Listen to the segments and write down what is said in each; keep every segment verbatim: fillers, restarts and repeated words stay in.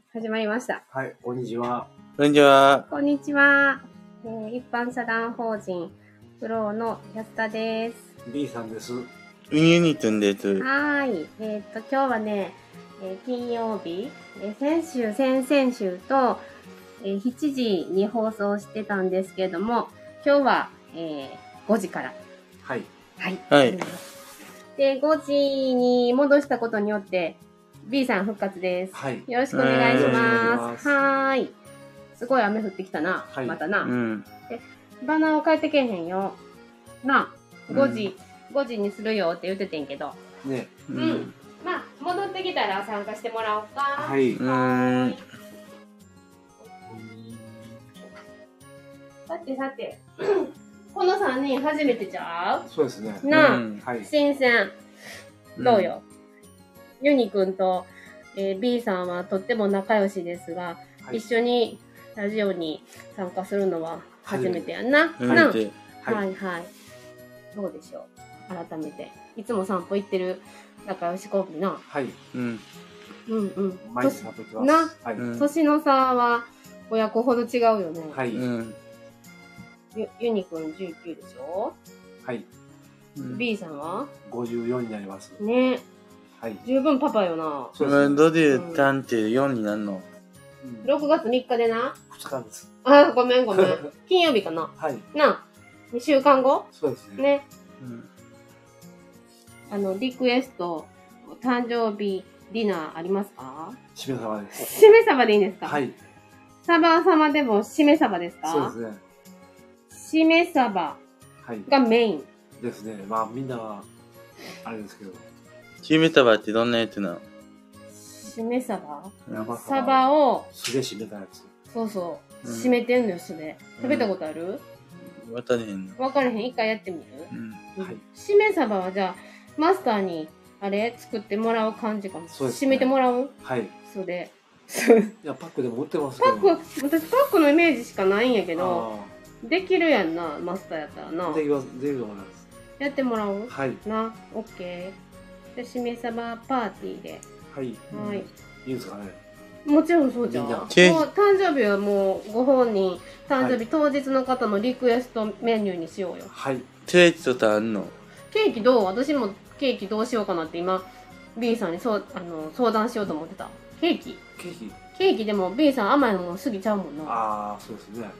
始まりました。 はい、こんにちは。 こんにちは。 こんにちは。えー、一般社団法人フローの安田です。 B さんです。 ウニニくんです。 はい。えっと、今日はね、えー、金曜日、えー、先週、先々週と、えー、しちじに放送してたんですけれども、今日は、えー、ごじから。 はい。 はい。 はい。 で、ごじに戻したことによって、B さん復活です。 はい。 よろしくお願いします。はーい。すごい雨降ってきたな。はい、またな。うん。で、バナーを変えてけへんよ。な、ごじ、うん、ごじにするよって言っててんけど。 ね。 うん。うん、まあ、戻ってきたら参加してもらおうか。 はい。 はーい。さてさて。このさんにん初めてちゃう？ そうですね。 なあ、うん、はい、新鮮。どうよ。うん、ユニくんと、えー、B さんはとっても仲良しですが、はい、一緒にラジオに参加するのは初めてやんな。 はい、な、はい、 はいはい。どうでしょう。改めて。いつも散歩行ってる仲良しコンビな。 はい。うん。 うんうん。 毎日散歩行きます。 な、はい、年の差は親子ほど違うよね。 はい。うんユ, ユニくんじゅうきゅうでしょ？はい。うん、B さんはごじゅうよんになります。 ね。はい。十分パパよな。 そうです、ね。どういう探偵よんになるの？ うん、ろくがつみっかでな。 ふつかです。 あ、ごめんごめん。金曜日かな。 はい。 な、にしゅうかんご？ そうですね。 ね。うん、あの、リクエスト、誕生日ディナーありますか？ しめ鯖です。 しめ鯖でいいんですか？ はい。 サバ様でもしめ鯖ですか？ そうですね。 しめ鯖がメイン、はい、 ですね。まあみんなはあれですけど。 しめ鯖ってどんなやつなの？ しめ鯖？サバを酢で締めたやつ。 そうそう。うん、締めてんのよ酢で。食べたことある？ うん、わかれへんの。 わかれへん。一回やってみる？うん。はい。しめ鯖はじゃあマスターにあれ作ってもらう感じかも。そうですね。締めてもらう？はい。酢で。 いやパックでも売ってますけど。 パック私パックのイメージしかないんやけど。できるやんな、マスターやったらな。 できます、できると思います。 やってもらおう？ はい。 な、オッケー。じゃあ、しめ鯖パーティーで。 はい。はい。いいですかね。 もちろんそうじゃん。もう、誕生日はもう、ご本人、誕生日当日の方のリクエストメニューにしようよ。 はい。ケーキとかあんの？ ケーキどう？私もケーキどうしようかなって今、B さんにそう、あの、相談しようと思ってた。ケーキ？ ケーキ？ ケーキでも B さん甘いのも過ぎちゃうもんな。 ああ、そうですね。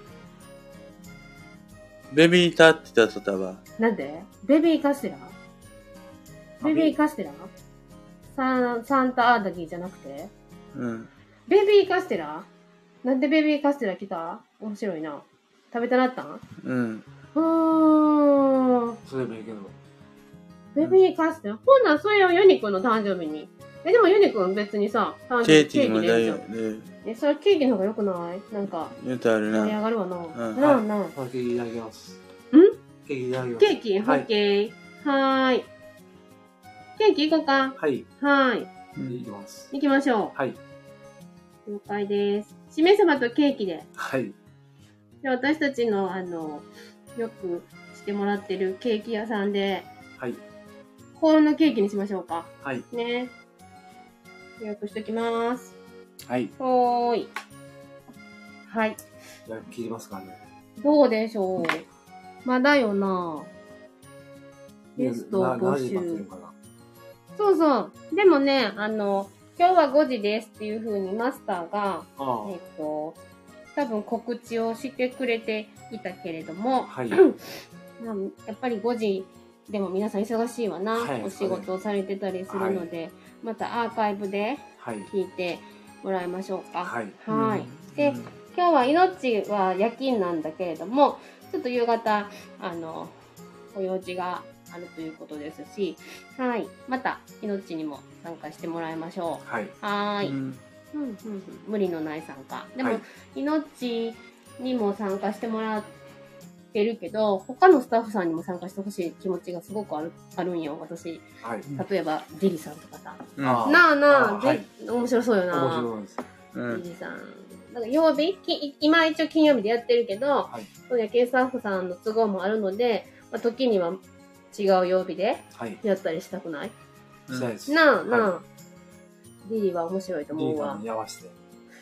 ベビーカステラとかは？ なんで？ベビーカステラ？ベビーカステラ？サン、サンタアーダギーじゃなくて？うん。ベビーカステラ？なんでベビーカステラ来た？面白いな。食べたなったん？うん。うーん。 それもいいけど。 ベビーカステラ？ほんならそれをユニくんの誕生日に。え、でもユニくん別にさ、 誕生日ケーキでいいじゃん。 え、それケーキの方が良くない？なんか。 言うとあるな。 盛り上がるわな。 うん、 なあなあ。 ケーキいただきます。ん？ケーキいただきます。 ケーキ？オッケー。はーい。ケーキ行こうか。 はい。 はーい。 行きます。 行きましょう。はい。了解です。しめ鯖とケーキで。はい。で、私たちの、あの、よくしてもらってるケーキ屋さんで。はい。ホールのケーキにしましょうか。はい。ね。予約しときます。はい。ほーい。はい。 じゃあ、切りますかね。 どうでしょう。まだよな。ゲスト募集。そうそう。でもね、あの、今日はごじですっていう風にマスターが、あえっと、多分告知をしてくれていたけれども、はい。やっぱりごじでも皆さん忙しいわな。はい、お仕事をされてたりするので、はい、またアーカイブで聞いてもらいましょうか。はい。はい。で、今日は命は夜勤なんだけれども、ちょっと夕方、あの、ご用事があるということですし、はい。また、命にも参加してもらいましょう。はい。はーい。うんうんうん、無理のない参加。でも、はい、命にも参加してもらってるけど、他のスタッフさんにも参加してほしい気持ちがすごくある、あるんよ、私。はい。例えば、ディリさんとかさ。うん、なあなあ、はい、面白そうよな。面白いです。ディリさん。なんか曜日き今一応金曜日でやってるけど、はい、そうやけスタッフさんの都合もあるので、まあ、時には違う曜日でやったりしたくない？ したいです。 なあ、なあ。ディリは面白いと思うわ。 ディリに合わせて。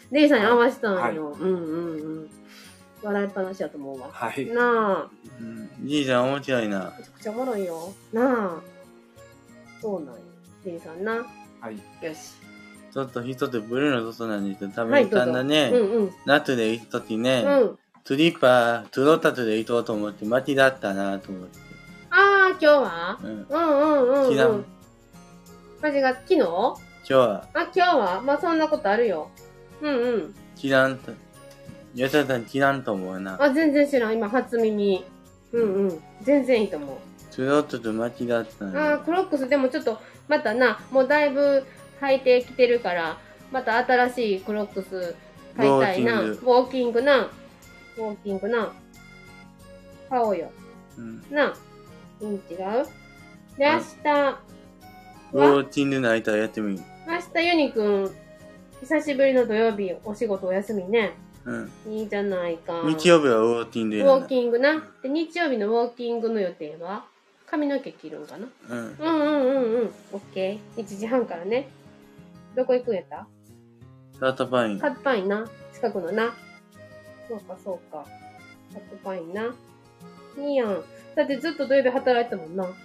レイさんに合わせたんよ。 はいうんうんうん。笑いっぱなしやと思うわ。 はい。 なあ。 うん。じいちゃん面白いな。 めちゃくちゃおもろいよ。なあ。そうなんよ。レイさんな。 はい。 よし。 ちょっと一つブルーの外なんですけど、食べたんだね。 うんうん。 夏で行くときね、 うん。 トゥリッパー、トゥロタトで行こうと思って、街だったなと思って。 あー、今日はうん。 うんうんうん、うん。 知らん。 マジが昨日今日は、 あ、今日はまあそんなことあるよ。うんうん。 知らんと。やたさん知らんと思うな。 あ、全然知らん。今初耳。うんうん。全然いいと思う。 トゥロタト街だったあね。 ー、クロックスでもちょっと、またな、もうだいぶ履いてきてるから、また新しいクロックス買いたいな。ウォーキングな。ウォーキングな。買おうよ。 うん。 な。うん、違うで、明日、 ウォーキングナイターやってみる。 明日ユニくん、久しぶりの土曜日、お仕事お休みね。 うん。 いいじゃないか。 日曜日はウォーキングウやな。 ォーキングな。で、日曜日のウォーキングの予定は髪の毛切るんかな。 うん。 うんうんうんうん。オッケー。いちじはんからね。どこ行くんやった？ カットパイン。 カットパインな。近くのな。そうかそうか。カットパインな。いいやん。だってずっと土曜日働いてたもんな。 うん。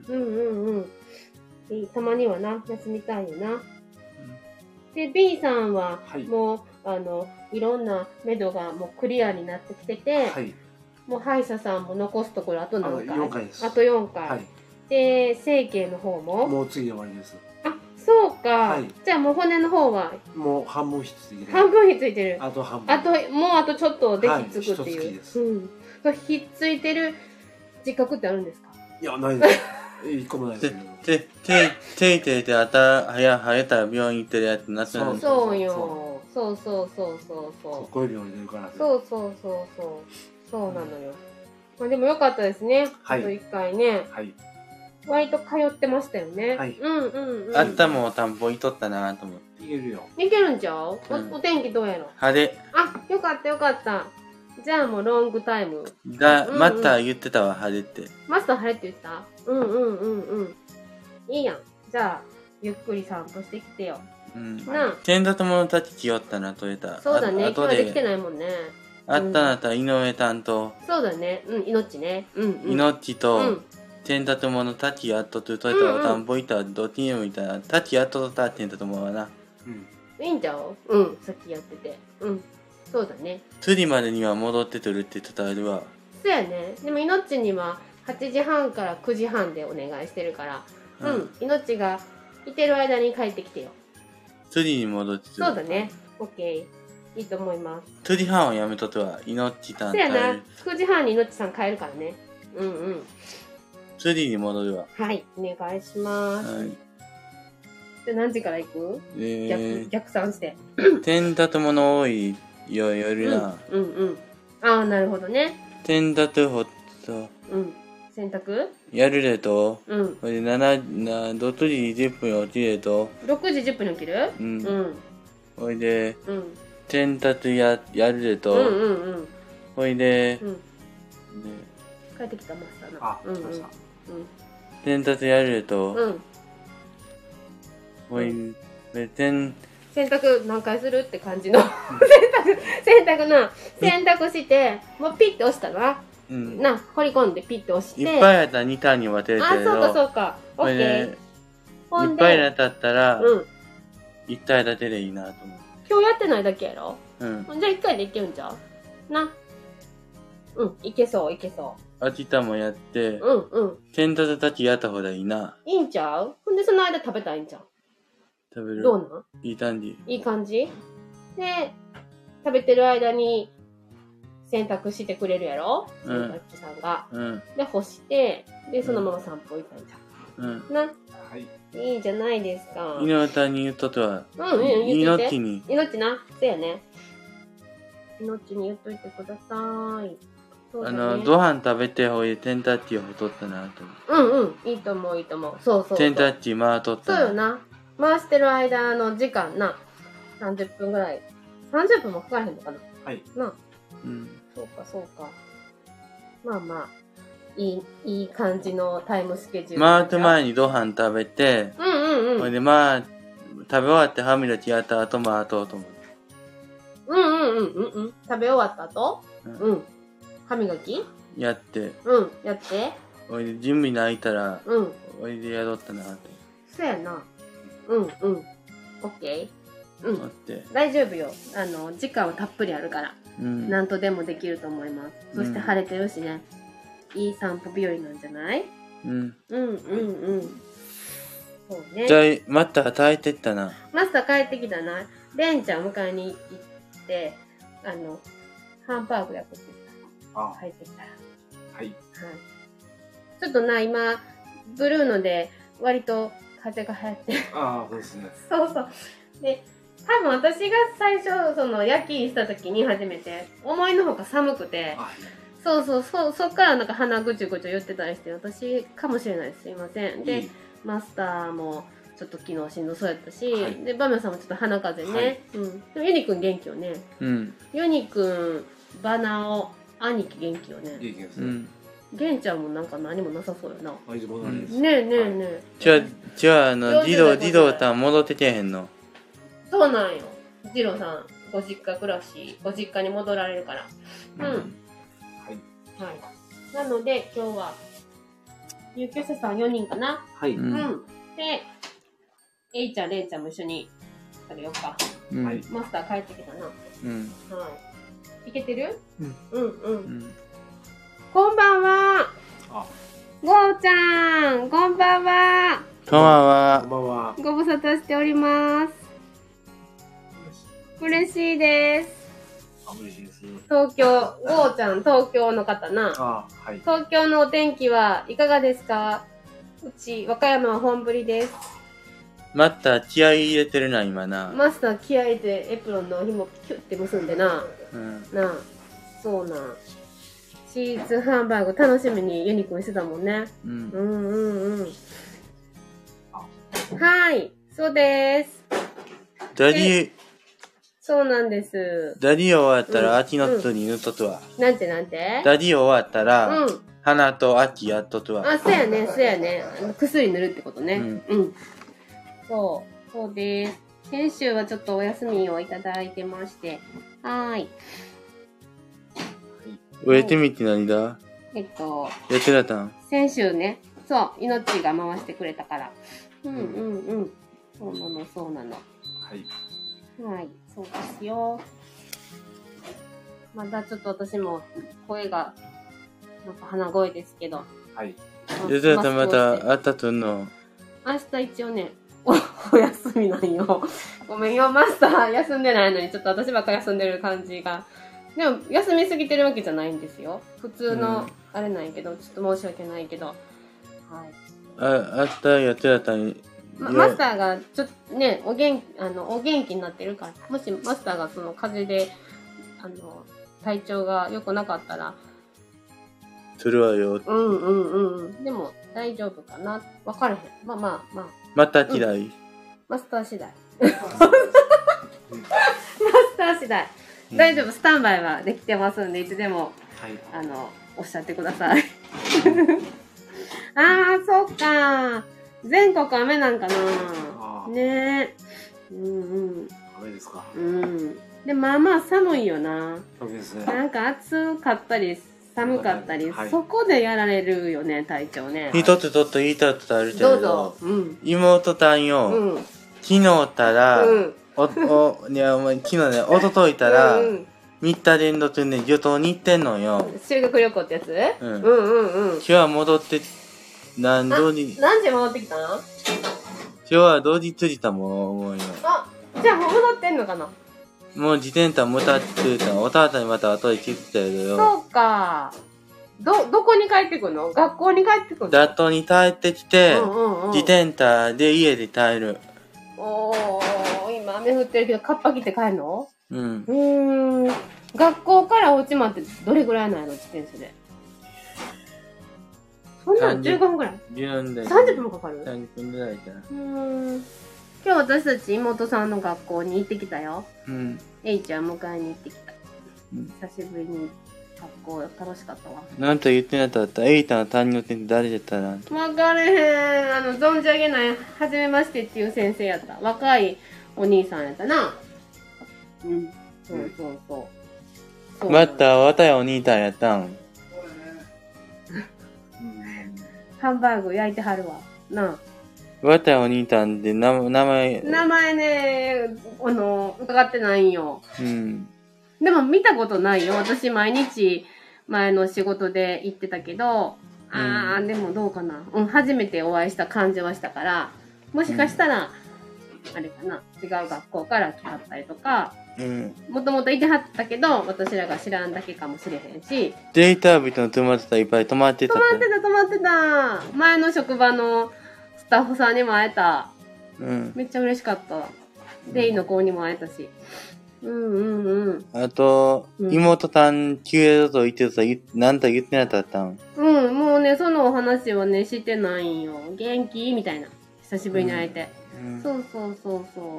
うんうんうん。いいたまにはな、休みたいよな。で、B さんは、 はいもう、あの、いろんな目処がもうクリアになってきてて、 はい。 もう歯医者さんも残すところあと何回あとよんかいですあとよんかい。 はい。 で、整形の方ももう次で終わりです。 あ、そうか、 はいじゃあもう骨の方はもう半分ひっついてる。 半分ひっついてる。 あと半分。 あと、もうあとちょっとでひっつくっていう。 はい一月ですうん。そのひっついてる自覚ってあるんですか？ いや、ないです。一個もないですて、 けど。 て、ていていて、あた、はや、生えたら病院行ってるやつになってるそうそうよ。そうそうそうそうそう。 小指折れてるから。 そうそうそうそう。そうなのよ。まあでもよかったですね。 はいあと一回ね。 はい。 割と通ってましたよね。 はいうんうんうん。 あったもお散歩いとったなと思って。 いけるよ。 いけるんちゃう、 うんお、お天気どうやろ晴れ。 あ、よかったよかった。じゃあもうロングタイム。 だ、 うんうんまた言ってたわ、晴れって。 マスター晴れって言ったうんうんうんうん。いいやん。じゃあ、ゆっくり散歩してきてよ。 うん。 なあ。 天里友達来よったな、取れた。 そうだね。 あ今日はできてないもんね。 あったなったら井上担当。 そうだね。うん、命ね。うんうん。 いのっちと、 うん天里友のタチやっとって取れたらお散歩行ったらどっちにもいたら、タチやっとった天里友はな。 うん。 いいんちゃううん、さっきやってて。うん。そうだね。 釣りまでには戻ってくるって伝えるわ。 そうやね。でも、いのっちにははちじはんからくじはんでお願いしてるから、ううんん、いのっちがいてる間に帰ってきてよ。 釣りに戻ってくる。 そうだね。オッケー。いいと思います。 釣り班はやめとっては、いのっち担当。 そうやな。くじはんにいのっちさん帰るからね。うんうん。 釣りに戻るわ。 はい。お願いします。 はい。 で、何時から行くえ逆、逆算して。 ー、天立物多いよ、夜な。 うん、うん、うん。ああ、なるほどね。 天立ほっと、 うん。洗濯やるれと、 うん。 これなな、な、どっとりじゅっぷん落ちれと、 ろくじじゅっぷんに起きるうん。 うん。 ほいで、 うん。 天立や、やるれと、 うんうんうん。 ほいで、 うん。 ね帰ってきたマスターな。 あ、 うんうん。 来ました。 天立やるれと、 うん。 ほいで、天、 洗濯何回するって感じの。洗濯、洗濯な。洗濯して、もうピッて押したな。 うん。 な、掘り込んでピッて押して。 いっぱいやったらにターンに分けれてあ、 るそうかけど、 そうか。オこれッケーで。、 ほんいっぱいで、 だったったら、 うん。 いち体だけでいいなと思今日やってないだけやろう。うん。 じゃあ一回でいけるんちゃうな。うん、いけそう、いけそ明日もやってう。、うん、うん。 天立たちやった方がいいな。 いいんちゃうほんで、その間食べたいんちゃ食べる。 うどうなんいい感じ。 いい感じで、食べてる間に洗濯してくれるやろ洗うん濯機さんが。 うん。 で、干して、で、そのまま散歩行ったんじうん。 ゃん。な、 はい。 いいじゃないですか。 井上さんに言っとっては、 うん、うん、言って言って。 命に。 命な。そうやね。命に言っといてください。そうだね。 あの、ご飯食べてほいで天タッチを太ったなと思って。 うんうん。いいと思う、いいと思う。そうそうそう。 天タッチ回っとったそうよな。回してる間の時間な。さんじゅっぷんぐらい。さんじゅっぷんもかからへんのかなはい。 な。 うん。 そうか、そうか。まあまあ、いい、いい感じのタイムスケジュール。 回る前にご飯食べて、 うんうんうん。 ほいでまあ、食べ終わって歯磨きやった後回とうと思って。 うんうんうんうんうん。食べ終わった後うん。歯磨きやって、 うん。やって。 おいで準備泣いたら、 うん。 おいでやろうったなって。 そうやな。うんうん。オッケー。うん。 思って。 大丈夫よ。あの、時間はたっぷりあるから。 うん。 なんとでもできると思います。そして晴れてるしね。いい散歩日和なんじゃない？ うん。 うんうんうん。そうね。 じゃあ、また帰ってったな。 マスター帰ってきたな。レンちゃん迎えに行って、あの、ハンバーグ焼くって言った。帰ってきたら。 はい。はい。 ちょっとな、今、ブルーノで割と風が流行ってる。 ああ、そうですね。 そうそう。で、多分私が最初、その夜勤した時に初めて、思いのほか寒くて、そうそう、そ、そっからなんか鼻ぐちゅぐちゅ言ってたりして、私かもしれないです。すいません。で、いいマスターもちょっと昨日しんどそうやったし、はい、で、バメさんもちょっと鼻風邪ね。はい、うん。でもユニくん元気よね。 うん。 ユニくん、バナオ、兄貴元気よね。 元気ですね。 うんゲンちゃんもなんか何もなさそうよな。 あ、いつもないです。 ねえねえねえ。 じゃあ、じゃあ、あの、児童、児童たん戻ってけへんの？ そうなんよ。ジローさん、ご実家暮らし、ご実家に戻られるから。うん。はい。はい。なので、今日は、入居者さんよにんかな。 はい。 うん。で、エイちゃん、レイちゃんも一緒に食べようか。 うん。 マスター帰ってきたな。 うん。 はい。いけてる？ うん。 うんうん。うんこんばんは。あ、ゴーちゃん、こんばんは。 こんばんは。 こんばんは。 ご無沙汰しております。嬉しいです。 あ、嬉しいです。 東京、ゴーちゃん、東京の方な。 あ、はい。 東京のお天気はいかがですか？うち、和歌山は本降りです。 また気合い入れてるな、今な。 マスター気合い入れてエプロンの紐キュッて結んでな。うん。なあ、そうな。チーズハンバーグ楽しみにユニくんしてたもんね。うん。うんうんうん。はい、そうです。 ダディ、 そうなんです。 ダディ終わったら秋のとに塗っとくわ、 うん。なんてなんてダディ終わったら、うん、花と秋やっとくわ。 あ、そうやね、そうやね。薬塗るってことね。うん。うん。そう、そうです。先週はちょっとお休みをいただいてまして。はーい。 植えてみて何だ？ えっと、 やってたん？ 先週ね、そう、命が回してくれたから。うんうんうん。そうなの、そうなの。はい。はい、そうですよ。まだちょっと私も声が、なんか鼻声ですけど。はい。 やってたまたあったとんの？ 明日一応ね、お、お休みなんよ。ごめんよ、マスター休んでないのに、ちょっと私ばっか休んでる感じが。でも、休みすぎてるわけじゃないんですよ。普通の、あれなんやけど、ちょっと申し訳ないけど。はい。 あ、あったやってたん、 ま、マスターが、ちょっとね、お元気、あの、お元気になってるから、もしマスターがその風邪で、あの、体調が良くなかったら、 するわよ。 うんうんうん。でも、大丈夫かな。わかれへん。まあまあまあ。 また嫌い、うん、 マスター次第。マスター次第。大丈夫、スタンバイはできてますんで、いつでも、はい、あの、おっしゃってください。あー、そっか。全国雨なんかな。ねえ。うんうん。 雨ですか。 うん。で、まあまあ寒いよな。 そうですね。 なんか暑かったり、寒かったり、はい、そこでやられるよね、体調ね。 一つちょっと言いたいことあるけど、どうぞ。うん、妹たんよ、うん、昨日たら、うんお、お、いや、お前、昨日ね、おとといたら、うんうん、新田連続ね、漁島に行ってんのよ。 修学旅行ってやつ、うん、うんうんうん。 今日は戻って、何、同時。 何時戻ってきたの？今日は同時着いたもん、思うよ。 あ、じゃあもう戻ってんのかな？ もう自転車もたってた。おたあたにまた後で聞いてたよ。 そうか。ど、どこに帰ってくるの？学校に帰ってくるの？ 学校に帰ってきて、うんうんうん、自転車で家で帰る。 おー、今雨降ってるけど、カッパ着て帰るの？ うん。 うーん。学校からお家までどれぐらいなの？自転車で。そんなのじゅうごふんぐらい？ じゅうごふんで。 さんじゅっぷんもかかる？ さんじゅっぷんぐらいかな。 うーん。今日私たち妹さんの学校に行ってきたよ。うん。エイちゃん迎えに行ってきた。うん、久しぶりに学校楽しかったわ。 なんと言ってなかった。エイタの担任の先生誰だったら。 わかれへん。あの、存じ上げない、はじめましてっていう先生やった。若いお兄さんやったな。うん。 そうそうそう。 また、わたやお兄たんやったん。 ハンバーグ焼いてはるわ。なあ。 わたやお兄たんって名前。 名前ね、あの、伺ってないんよ。 うん。 でも見たことないよ。私毎日前の仕事で行ってたけど、うん、あー、でもどうかな。うん、初めてお会いした感じはしたから、もしかしたら、うん、あれかな、違う学校から来はったりとか、もともといてはったけど、私らが知らんだけかもしれへんし。 データビットの泊まってたいっぱい泊まってた。 泊まってた、泊まってた。前の職場のスタッフさんにも会えた。うん、めっちゃ嬉しかった。デイの子にも会えたし。うんうんうん。 あと、うん、妹さん、キューエーと言ってた、なんと言ってなかったん？ うん、もうね、そのお話はね、してないんよ。元気みたいな。久しぶりに会えて。うんうん、そうそうそうそう。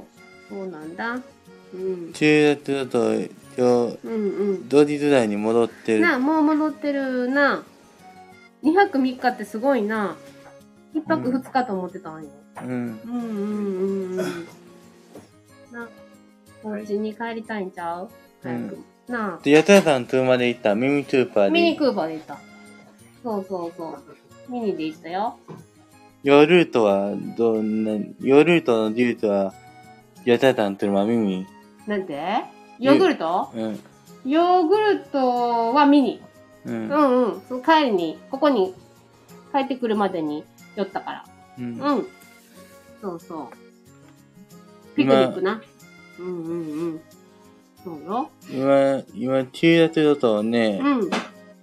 そうなんだ。うん。 キューエーと、今日、うんうん、同時時代に戻ってる。 な、もう戻ってるな。にはくみっかってすごいな。いっぱくふつかと思ってたんよ。うん。うんうんうんうん。な。お家に帰りたいんちゃう？早く。うん、なあ。 で、やたやさん車で行った。ミニクーパーで。 ミニクーパーで行った。そうそうそう。ミニで行ったよ。 ヨールートは、どんな、ヨールートのルートは、やたやさん車ミニ。 なんて？ヨーグルト？うん。ヨーグルトはミニ。うん。うんうん。その帰りに、ここに帰ってくるまでに寄ったから。うん。うん。そうそう。ピクニックな。うんうんうん。そうよ。 今、今、中学だとね、うん。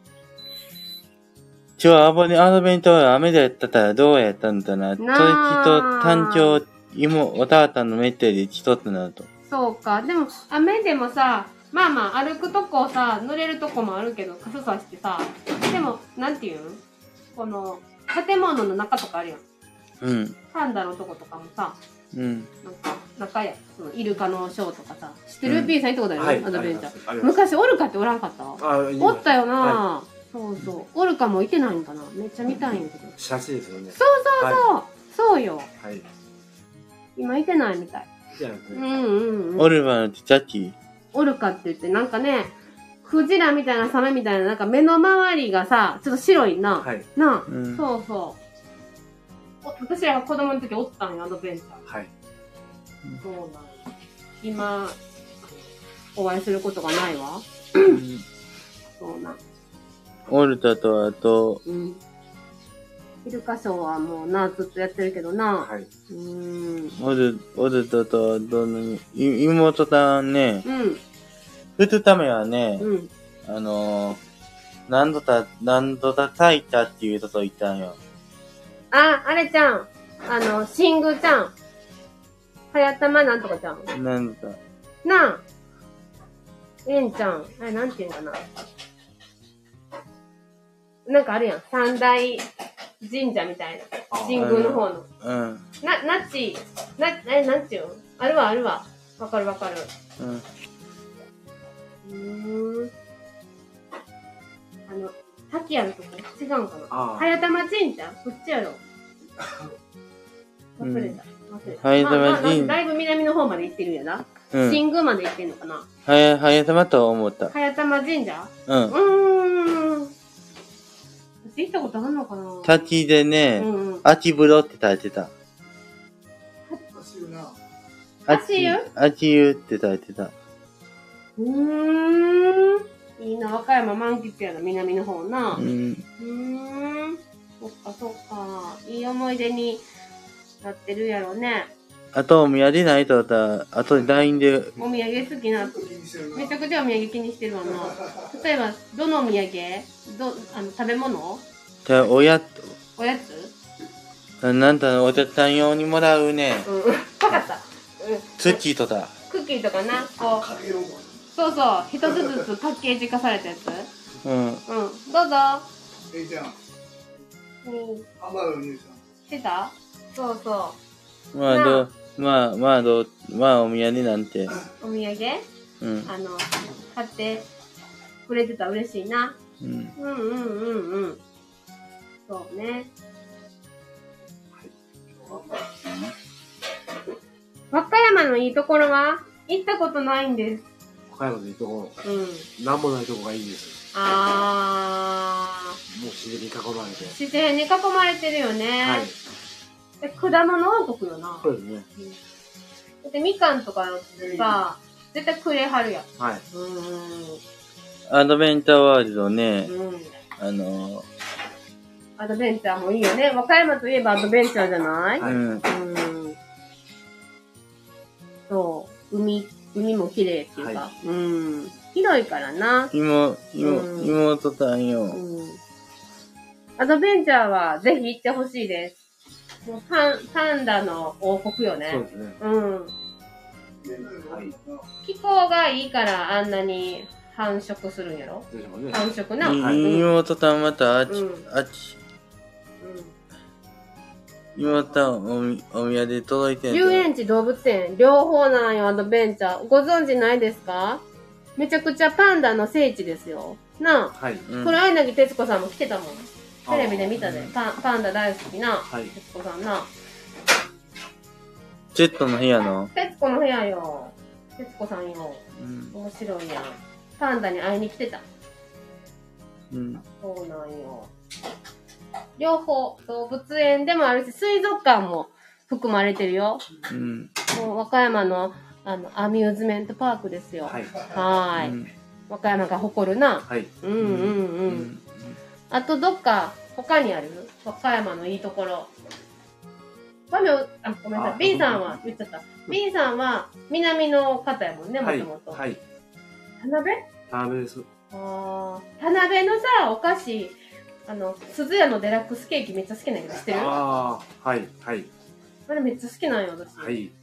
今日アボネアドベントは雨だったらどうやったんだな。それきっと単調、芋、おたあたんのメッテで一つなると。 そうか。でも、雨でもさ、まあまあ、歩くとこさ、濡れるとこもあるけど、傘さしてさ、でも、なんていうんこの、建物の中とかあるやん。うん。パンダのとことかもさ、うん。なんか、中や、そのイルカのショーとかさ、知ってる？ P さん行ったことあるよ、アドベンチャー。昔、オルカっておらんかった？あ、いいおったよな、はい、そうそう。オルカもいてないんかな、めっちゃ見たいんやけど。 写真ですよね。 そうそうそう、はい、そうよ。はい。今いてないみたい。うんうんうん。 オルカってジャッキー？ オルカって言って、なんかね、クジラみたいなサメみたいな、なんか目の周りがさ、ちょっと白いな。はい。な、うん、そうそう。私らが子供の時おったんよ、アドベンチャー。はい。そうなんや。今、お会いすることがないわ。うん、そうなん。 オルタとあと、うん。 イルカショーはもうな、ずっとやってるけどな。はい。うーん。オル、オルタと、どの、妹さんね、うん。打つためはね、うん。あのー、何度た、何度たたいたっていうとこ言ったんよ。 あ、あれちゃん。あの、シングちゃん。はやたまなんとかちゃん。 なんだなあ。えんちゃん。あれ、なんて言うんかな。なんかあるやん。三大神社みたいな。神宮の方の。うん。な、なっち、な、え、なんて言うの？あるわ、あるわ。わかるわかる。うん。うーん。あの、滝あるとこ違うんかな。早玉神社こっちやろ。忘れた。忘れた。早玉神社。だいぶ南の方まで行ってるんやな。うん。新宮まで行ってんのかな。 はや、早玉と思った。 早玉神社？うん。うーん。行ったことあんのかな。 滝でね、うんうん、秋風呂って書いてた。 足湯な。 足湯？足湯って書いてた。 うーん。いいな、和歌山満喫やな、南の方な。うん。うーん。そっかそっか。いい思い出になってるやろね。 あと、お土産ないとだったら、あとで ライン で。 お土産好きな。めちゃくちゃお土産気にしてるわな。例えば、どのお土産？ど、あの、食べ物？ じゃあ、おやつ。 おやつ？ なんだ、お客さん用にもらうね。 うん。わかった。うん。 クッキーとか。 クッキーとかな。こう。そうそう。一つずつパッケージ化されたやつ。うん。うん。どうぞ。えいちゃん。うん。ハンバーグ入手した？そうそう。 まあ、どう、まあ、まあ、どう、まあ、お土産なんて。 お土産？うん。あの、買ってくれてたら嬉しいな。うん。うんうんうんうん。そうね。和歌山のいいところは行ったことないんです。 岡山でいいところ、うん、なんもないとこがいいです。 あー。もう自然に囲まれて。 自然に囲まれてるよね。はい。で、果物王国よな。 そうですね。 だってみかんとかさ、絶対くれはるやん。 はい。 うん。 アドベンチャーワールドね、うん、あのー、 アドベンチャーもいいよね。和歌山といえばアドベンチャーじゃない？はい。うん。そう。海、海も綺麗っていうか。はい、うん。広いからな。 妹、妹、妹たんよ、うん。 アドベンチャーはぜひ行ってほしいです。もうパン、パンダの王国よね。 そうですね。うん。はい、 気候がいいからあんなに繁殖するんやろ？でしょうね。繁殖な。 妹たんまたあっち、うん、あっち。妹たんおみ、お宮で届いてんの？ 遊園地動物園、両方なんよ、アドベンチャー。ご存知ないですか？めちゃくちゃパンダの聖地ですよ。なあ。はい。黒柳徹子さんも来てたもん。テレビで見たで。パン、パンダ大好きな。はい。徹子さんな。 ジェットの部屋の？ 徹子の部屋よ。徹子さんよ。うん。面白いやん。パンダに会いに来てた。うん。そうなんよ。両方、動物園でもあるし、水族館も含まれてるよ。うん。もう和歌山の、あの、アミューズメントパークですよ。はい。はーい、うん。和歌山が誇るな。はい。うんうんうん。うん、あと、どっか、他にある？和歌山のいいところ。あ、ごめんなさい。B さんは、言っちゃった。B さんは、南の方やもんね、もともと。はい。田辺？ 田辺です。 ああ。田辺のさ、お菓子、あの、鈴屋のデラックスケーキめっちゃ好きなんやけど、知ってる？ああ、はい、はい。 あれめっちゃ好きなんよ、私。はい。うん。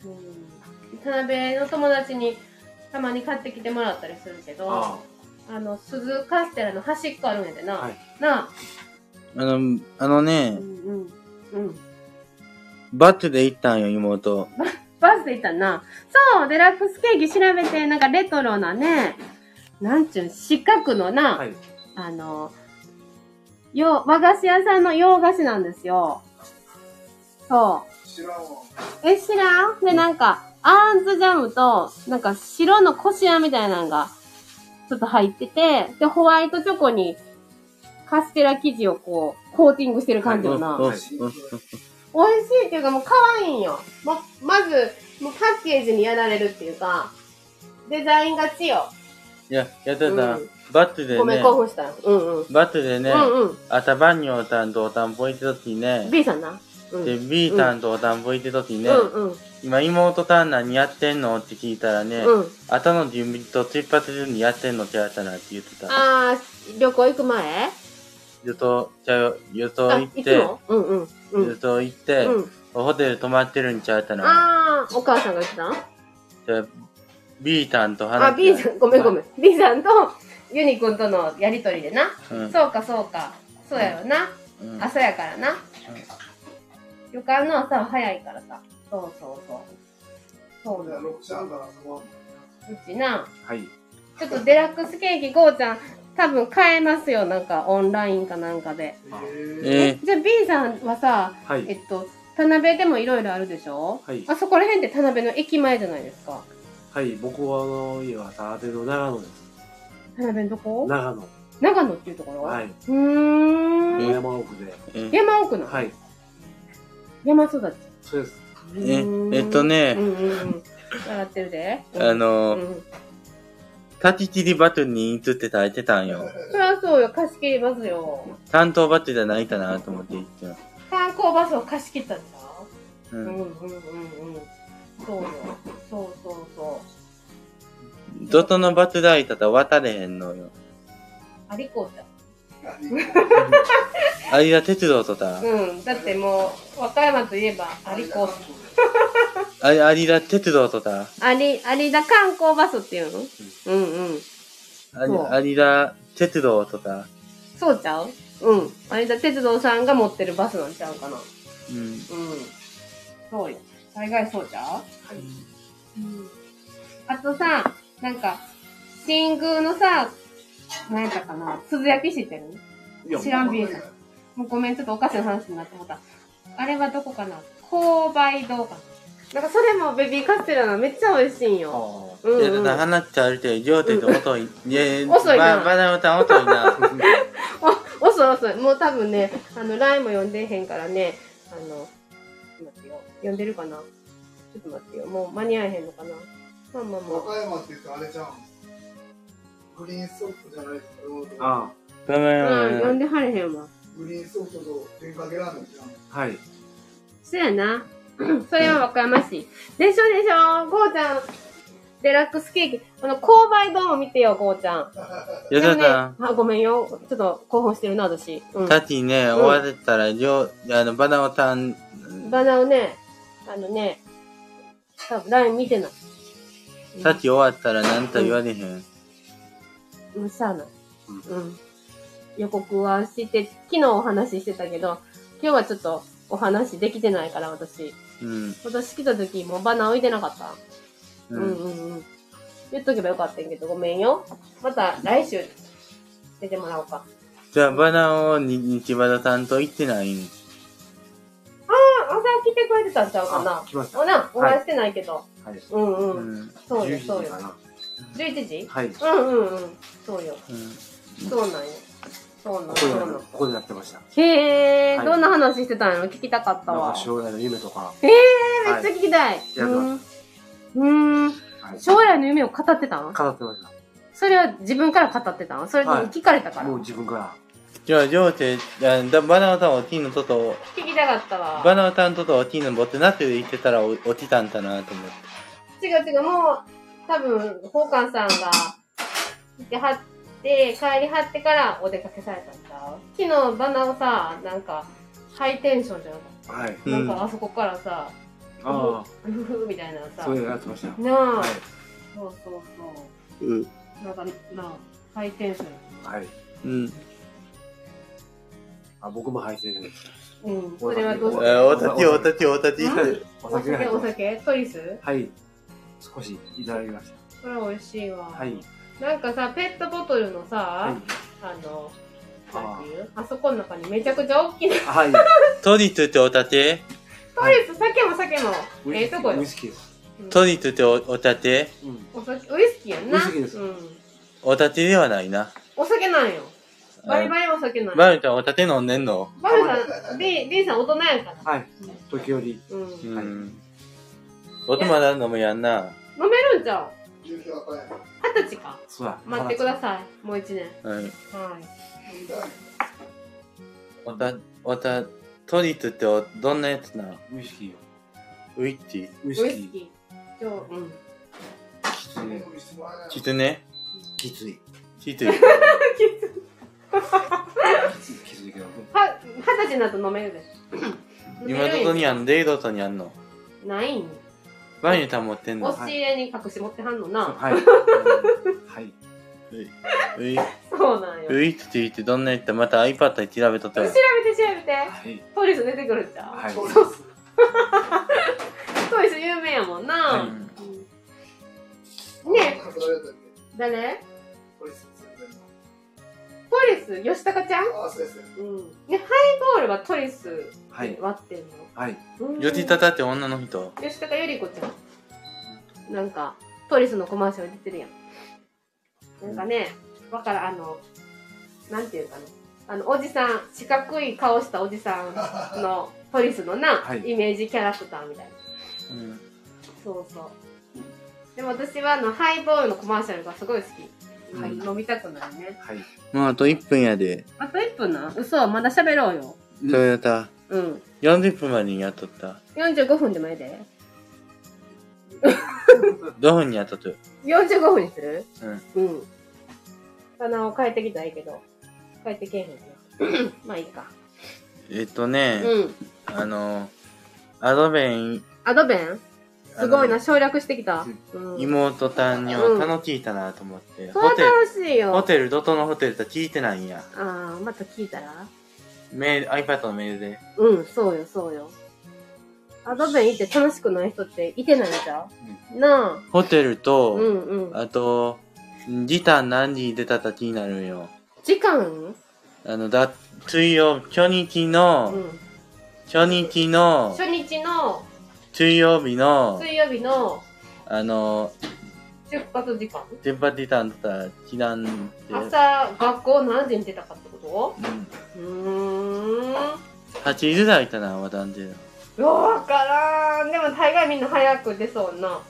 田辺の友達にたまに買ってきてもらったりするけど、あ, あの、鈴カステラの端っこあるんやでな。はい、なあ。 あの、あのね、うんうん。うん。バスで行ったんよ、妹。 バスで行ったんな。そう、デラックスケーキ調べて、なんかレトロなね、なんちゅう、四角のな、はい、あの、よ、和菓子屋さんの洋菓子なんですよ。そう。知らんわ。え、知らん？で、なんか、あんずジャムと、なんか白のこしあんみたいなのが、ちょっと入ってて、で、ホワイトチョコに、カステラ生地をこう、コーティングしてる感じよな。はい、美味しいっていうかもう可愛いんよ。ま、まず、もうパッケージにやられるっていうか、デザインがちよ。 いや、やってた。うん、バットでね。 ごめん、興奮した。うんうん。 バットでね、うんうん。あたばんにおたんとおたんぽいってときね。 B さんな。 うん、で、B さんとおたんぽいってときね。うんうん。今、妹たん何やってんのって聞いたらね、うん。あたの準備と突発順にやってんのってやったなって言ってた。 あー、旅行行く前？ 旅行、じゃあ、旅行行って、うんうん。うん、旅行行って、うん、ホテル泊まってるんちゃうたな。 あー、お母さんが言ってたん？ じゃあ、B さんと話して。 あ、B さん、ごめんごめん。B さんと、ユニくんとのやりとりでな。うん、そうかそうか。そうやろな。うん、朝やからな。うん、旅館の朝は早いからさ。そうそうそう。そうなの。うちな。はい。ちょっとデラックスケーキ、ゴーちゃん、多分買えますよ。なんか、オンラインかなんかで。えー、じゃあ B さんはさ、はい、えっと、田辺でもいろいろあるでしょ？はい。あそこら辺って田辺の駅前じゃないですか。 はい、僕はあの家は田辺の長野です。 田辺のどこ？ 長野。 長野っていうところ？はい。うーん。 山奥で。 山奥なの？はい。山育ち。 そうです。 え、えっとね。うんうんうん。笑ってるで。 あのー、うん、立ち切りバトルに移って耐えてたんよ。 そりゃそうよ、貸し切りますよ。 担当バトルじゃないかなと思って言ってた。 観光バスを貸し切ったんだ。うん。うんうんうんうん。そうよ。そうそうそう。 どとのバトル空いたら渡れへんのよ。 ありこうちゃん。 有田鉄道とか。 うん。だってもう、和歌山といえば有子。 有田鉄道とか。 有、有田観光バスっていうの？うんうん。 有田鉄道とか。 そうちゃう？うん。有田鉄道さんが持ってるバスなんちゃうかな。うん。うん。そうよ。大概そうちゃう？はい。うん。あとさ、なんか、新宮のさ、何やったかな、鈴焼き知ってる？知らん B さん。もうごめん、ちょっとお菓子の話になってもた。あれはどこかな？購買堂かな。なんかそれもベビーカステラのめっちゃ美味しいんよ。 うんうん、 いや、話ってある程度、両手で遅い。いや、 遅いな。 バナナタン遅いな。 お、遅い遅い。もう多分ね、あの、ラインも読んでへんからね、あの、ちょっと待ってよ。読んでるかな？ちょっと待ってよ。もう間に合えへんのかな？まあまあまあ。 和歌山って言ったらあれじゃん。グリーンソフトじゃないですか。 あごめん、 うん、読んではれへんわ。 グリーンソフトと天かけラーメンじゃん。 あ、はい。 そやな。それは和歌山市。でしょでしょ、ゴーちゃん。デラックスケーキ。あの、購買堂も見てよ、ゴーちゃん。 よだた、 ね、あ、ごめんよ。ちょっと興奮してるな、私。うん。 タティね、終わったら、両、あの、バナナタン。 バナナをね、あのね、多分 ライン 見てない。 タティ終わったら何と言われへん。 うん、しゃあない。うん。予告はして、昨日お話ししてたけど、今日はちょっとお話できてないから、私。 うん。 私来た時もうバナナ置いてなかった。 ううん、うんうんうん。言っとけばよかったんやけど、ごめんよ。また来週出てもらおうか。 じゃあ、バナナを日バナさんと言ってないん？ ああ、朝来てくれてたんちゃうかな。 来ました。 おな、お会いしてないけど。 はい。 うんうん。 うん。 そうよ、 じゅういちそうよ。 じかな。 じゅういちじ？ はい。 うんうんうん。そうよ。 うん。 そうなんよ。そうなんここでそうなんここでやってました。 へえ、 はいどんな話してたの？聞きたかったわなんか。将来の夢とか。 ええー、めっちゃ聞きたい。 やってまうん。うん。 はい。 将来の夢を語ってたん？ 語ってましそれは自分から語ってたん？それとも聞かれたかた。 ら？ もう自分から。 じゃあ、両手、あだバナナタンをティーのとと、 聞きたかったわ。 バナナタンととティーのボってなって言ってたらお落ちたんだなと思って。 違う違う、もう、多分、ホーカンさんが、来てはって、帰りはってからお出かけされたんちゃう？昨日バナをさ、なんか、ハイテンションじゃなかった？ はい。 うんなんかあそこからさ、 あふふふみたいなあ、 さ。 そういうのやってました。 なあ、 はい。 そうそうそう。 うん。 なんか、なあ、ハイテンション。 はい。 うん。 あ、僕も入ってるんです。 うん。それはどうして？ えー、おたておたておたて。 おお酒が入ってます。 酒、お酒トリス？ はい。少しいただきましこれ美味しいわ。 た。はい。 なんかさ、ペットボトルのさ、 はい。 あの、なんていうあそこの中にめちゃくちゃ大きなはい。 トリトっておたてトリス、酒も酒も。ええとこよウイ。スキーです。 トリトっておおたてうん。 お酒、ウイスキーやんな。 ウイスキーですうん。 おたてではないな。 お酒なんよ。バリバリお酒なんよ。 バルちゃんおたて飲んでんの？ バルさん、B、B さん大人やから。 はい。時折。 うん。 う飲ん。僕まだ飲むやんな。 めるんじゃん。 牛皮赤や。 二十歳か。 そうだ。 待ってください。もう一年。 はい。 はい。 おた、おた、トリトっておどんなやつな？ ウイスキーよ。 ウイッチウイウイスキー。 スキー。超、うん。 きついね。 きつねきつい。 きつい。 きついけどね。 は、二十歳になると飲めるで。 今どこにあんの？デイドトにあんの？ ないん。 バニュータン持ってんの？ 押し入れに隠し持ってはんのな。 はい。はい。 ウイ、 そうなんよ。 ウイッチって言ってどんなやつまた iPad で調べとった調わ。 べて調べて。 はい。 トリス出てくるんちゃう？ はい。 トリス有名やもんな。 はいうんね誰？トリス、吉高ちゃん？ あ、そうですね。 うん。で、ハイボールはトリスはいで割ってんの。 はい。 うんよじたたって女の人。 吉高由里子ちゃん。なんか、トリスのコマーシャル出てるやん。なんかね、わからん、あの、なんていうかな。あの、おじさん、四角い顔したおじさんのトリスのな、 はいイメージキャラクターみたいな。 うん。 そうそう。でも私はあの、ハイボールのコマーシャルがすごい好き。 はい飲みたくなるね。 はい。 もうあといっぷんやで。 あといっぷんな。嘘、まだ喋ろうよ。 トヨタ。 うん。 よんじゅっぷんまでにやっとった。 よんじゅうごふんでもええで。 どふんにやっとった。 よんじゅうごふんにする？ うん。 うん。棚を変えてきたらいいけど、変えてけえへんな。まあいいか。 えっとね、 うん。 あの、アドベン、 アドベンすごいな、省略してきた。うん。 妹たんにうんを楽しいたなと思って。 それはホテル、 楽しいよ。 ホテル、どこのホテルと聞いてないんや。 ああ、また聞いたらメール、iPad のメールで。 うん、そうよ、そうよ。アドベン行って楽しくない人っていてないんちゃう、なあ。 ホテルと、 うんうん。 あと、時短何時に出たと気になるんよ。 時間あの、だ、水曜、初日うの、 ん。 初日の、 初日の水曜日の、 水曜日の、 あの、 出発時間出発時間だったら、知らんって。 朝、学校何時に出たかってことうん。 うーん。 はちじ台かな、わたんで。 わからん。でも大概みんな早く出そうな。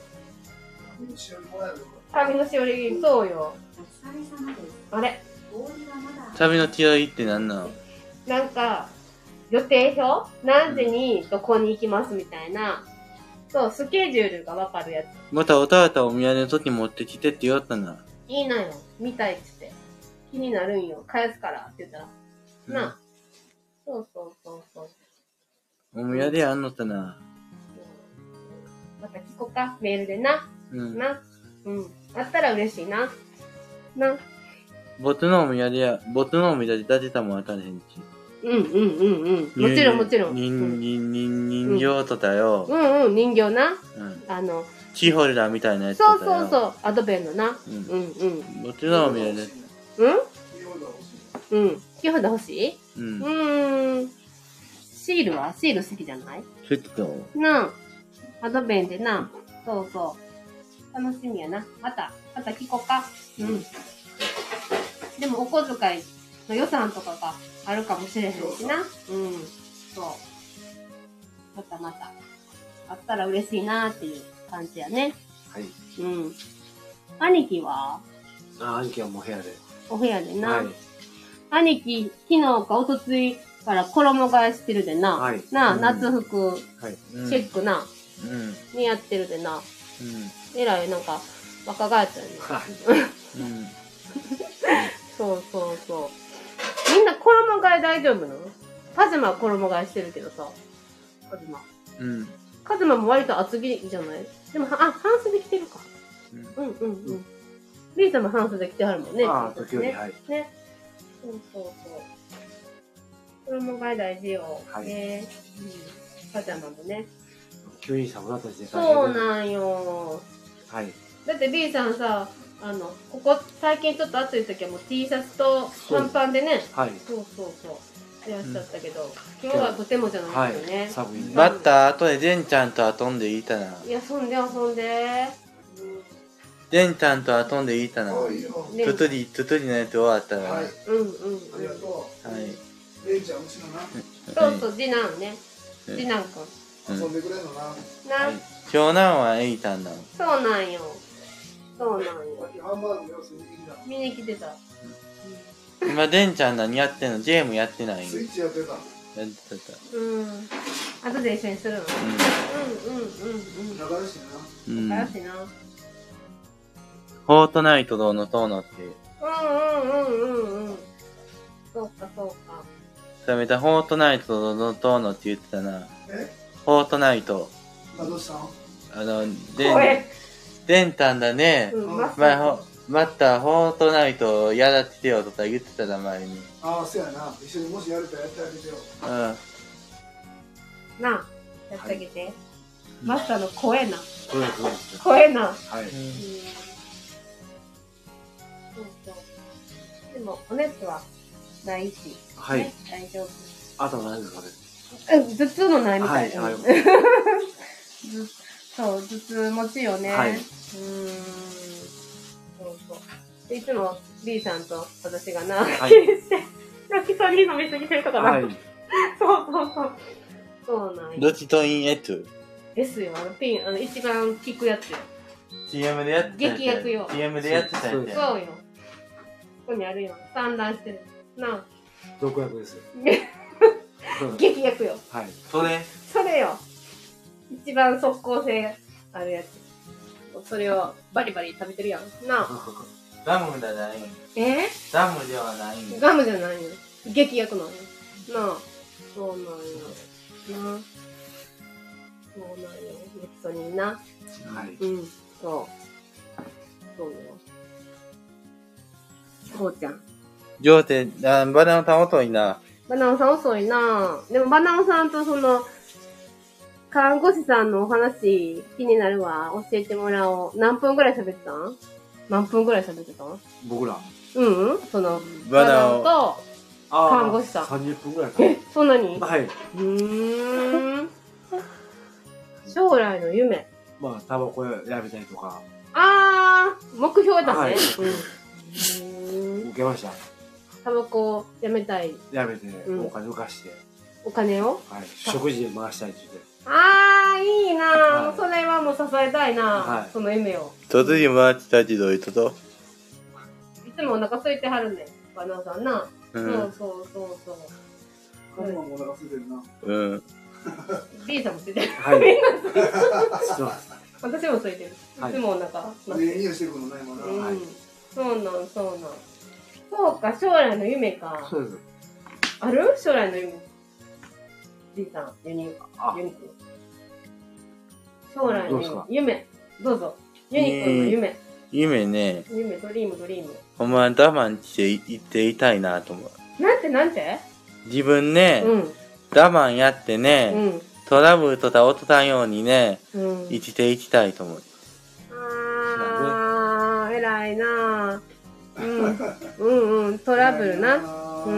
旅のしおり、そうよ。あれ旅のしおりって何なの？ なんか、予定表何時にどこに行きますみたいな。そう、スケジュールがわかるやつ。 またおたわたお土産の時持ってきてって言おったな。 いいなよ。見たいっつって。気になるんよ。返すからって言ったら。 うん、 なあ。そうそうそうそう。 お土産あんのったな。 また聞こうか。メールでな。 うん。 な。うん。あったら嬉しいな。な。 ボツのお土産や、ボツのお土産立てたもん当たれへんし。 うんうんうんうん。もちろんもちろん。 人、人、人、人形とだよ。 うんうん、人形な。うん。あの、 キーホルダーみたいなやつそうそうそう。アドベンのな。うん。うんうん。 ボツのお土産。うんうん。キーホルダー欲しい？ うん。 うーん。シールはシール好きじゃない？ 好きと。 なあ。アドベンでな。そうそう。楽しみやな。また、また聞こうか。うん。でもお小遣いの予算とかがあるかもしれへんしな。うん。そう。またまた。あったら嬉しいなーっていう感じやね。 はい。 うん。兄貴は？ あ、兄貴はもう部屋で。 お部屋でな。 はい。 兄貴、昨日かおとついから衣替えしてるでな。はい。なあ、うん、夏服、はい、チェックな。うん。にやってるでな。うん。えらい、なんか、若返ったよね。はい。うん。そうそうそう。みんな衣替え大丈夫なの？パジャマは衣替えしてるけどさ。カズマ。うん。カズマも割と厚着じゃない？でも、あ、半袖着てるか。うん、うん、うんうん。リーさんも半袖着てはるもんね。 ああ、時折、はい。 ね。そうそうそう。衣替え大事よ。はい。ね、うん。パジャマもね。 急に寒かったですね。 そうなんよ。はい。だって B さんさ、あの、ここ、最近ちょっと暑い時はもう T シャツと短パンでね。はい。そうそうそう。いらっしゃったけど、うん、今日はとてもじゃないですよね。はい、 寒い。バッター後でデンちゃんと遊んでいいたな。 いや、遊んで遊んで。 デンちゃんと遊んでいいたな。つつり、つつりのやつ終わったら。はい。うんうん。ありがとう。はい。デンちゃん、うちのな。そうそう、次男ね。次男くん。遊んでくれんのな。な。 長男はエイタンなの。 そうなんよ。そうなんよ。見に来てた。 今、デンちゃん何やってんの？ゲームやってない？ スイッチやってた。 やってた。 うん。後で一緒にするの？うん。うんうんうんうん。仲良しな。仲良しな。 フォートナイトどうのどうのって。 うんうんうんうんうん。そうかそうか。 さめたフォートナイトどうのどうのって言ってたな。え？フォートナイト。 あ、どうしたの？ あの、デン、デンタンだね。うん、前ほ、またフォートナイトやらっててよとか言ってたな、前に。 ああ、そうやな。一緒にもしやるとやってあげてよ。うん。 なあ、やってあげて。うん、マスターの声な。声な。声な。はい。うん、そうそう。でも、お熱はないし。はい。ね、大丈夫。 あと何ですかね。 うん、頭痛もないみたいな。はい。そう、頭痛持ちよね。はい。うーん。そうそう。でいつも B さんと私がな、はい、泣きそうに飲みすぎてるとかな。はい。そうそうそう。そうなんや。 どっちとインエットですよ。あのピン、あの一番効くやつよ。 シーエム でやってた。 劇薬よ。 シーエム でやってたやつ。 そうよ。ここにあるよ。散乱してる。なあ。 毒薬ですよ。 劇薬よ。 はい。それそれよ。一番即効性あるやつ。それをバリバリ食べてるやん。なあ。 ガムじゃない。 えガムではない。 ガムじゃないよ。劇薬なんよ。なあ。そうなんよ。なあ。そうなんよ。メキソニンな。はい。うん。そう。そうよ。こうちゃん。 上手、あ、バナナさん遅いな。 バナナさん遅いな。でもバナナさんとその、看護師さんのお話気になるわ。教えてもらおう。何分ぐらい喋ってたん？何分ぐらい喋ってたん？ 僕ら。 うんうん。その、バナナと看護師さん。 さんじゅっぷんぐらいかな。 え、そんなに？ はい。うーん。将来の夢。 まあ、タバコやめたりとか。 あー、目標だね。 はいうん。 受けました。 タバコをやめたい。 やめて、 うん、 お金浮かして。 お金をはい。食事で回したいって言って。 あー、いいなー、 はい、 それはもう支えたいな、はい、その夢を。 突然回ってたけど、いつといつもお腹空いてはるねん、バナナさんな。うん、そうそうそうそう。 カモもお腹空いてるな。 うん。 B さんも空いてる。 はい。 私も空いてる。いつもお腹。 上にしてることないもんな。 うん。そうなん、そうなん。そうか、将来の夢か。 そうです。 ある将来の夢。B さん、ユニ、ユニ君。将来の夢。どうぞ。ユニ君の夢。 夢ね。 夢、ドリーム、ドリーム。 お前我慢して言っていたいなと思う。 なんてなんて自分ね、うん、我慢やってね、うん、トラブルとか起たんようにね、うん、生きていきたいと思う。 あー、偉いなぁ。うん、うんうん、トラブルな。うー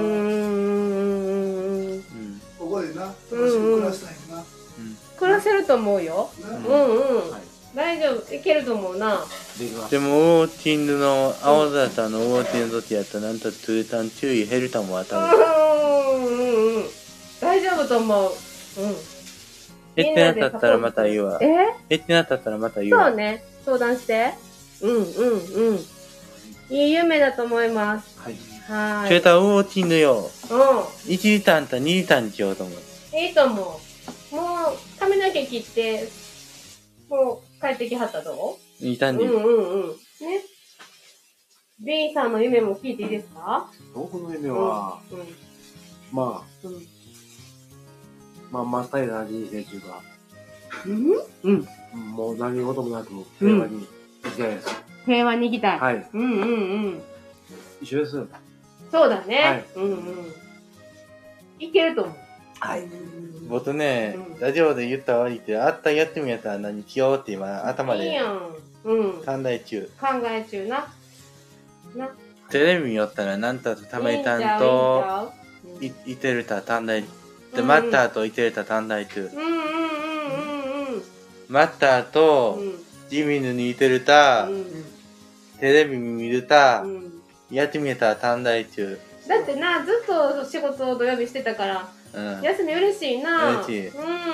ん。 ここでな、楽しく暮らしたいな。 暮らせると思うよ。うんうん。大丈夫、いけると思うな。 でも、ウォーキングの、青空のウォーキングの時やったら、なんとトゥータン注意、ヘルタも当たる。 うんうんうん。大丈夫と思う。うん。 減ってなかったらまた言うわ。 え減ってなかったらまた言うわ。 そうね。相談して。うんうんうん。いい夢だと思います。 はい。 はい。 それとウォーキングよ。 うん。 いちリターンとにリターンにしようと思う。 いいと思う。もう、髪の毛切って、もう、帰ってきはったといい感じ。 うんうんうん。ね。B さんの夢も聞いていいですか？ 僕の夢は、うんうん、まあ、うん、まあ、まったりな人生というか、うん、うん。もう何事もなく、平和に生きたいです。 平和に生きたい。 はい。 うんうんうん。 一緒です。 そうだね。 はい。 うんうん。いけると思う。 はい。僕ね、うん、ラジオで言ったわりって、あったやってみやったら何しようって今、頭で。いいやん。うん。考え中。考え中な。な。テレビ見よったら、なんたとためたんと、い、いてるた短大、で、マッターといてるた短大中。うんうんうんうんうん。マッターと、ジミヌにいてるた、テレビ見るた、やってみやったら短大中。だってな、ずっと仕事を土曜日してたから、うん、休み嬉しいな。嬉しい。うんうんうん。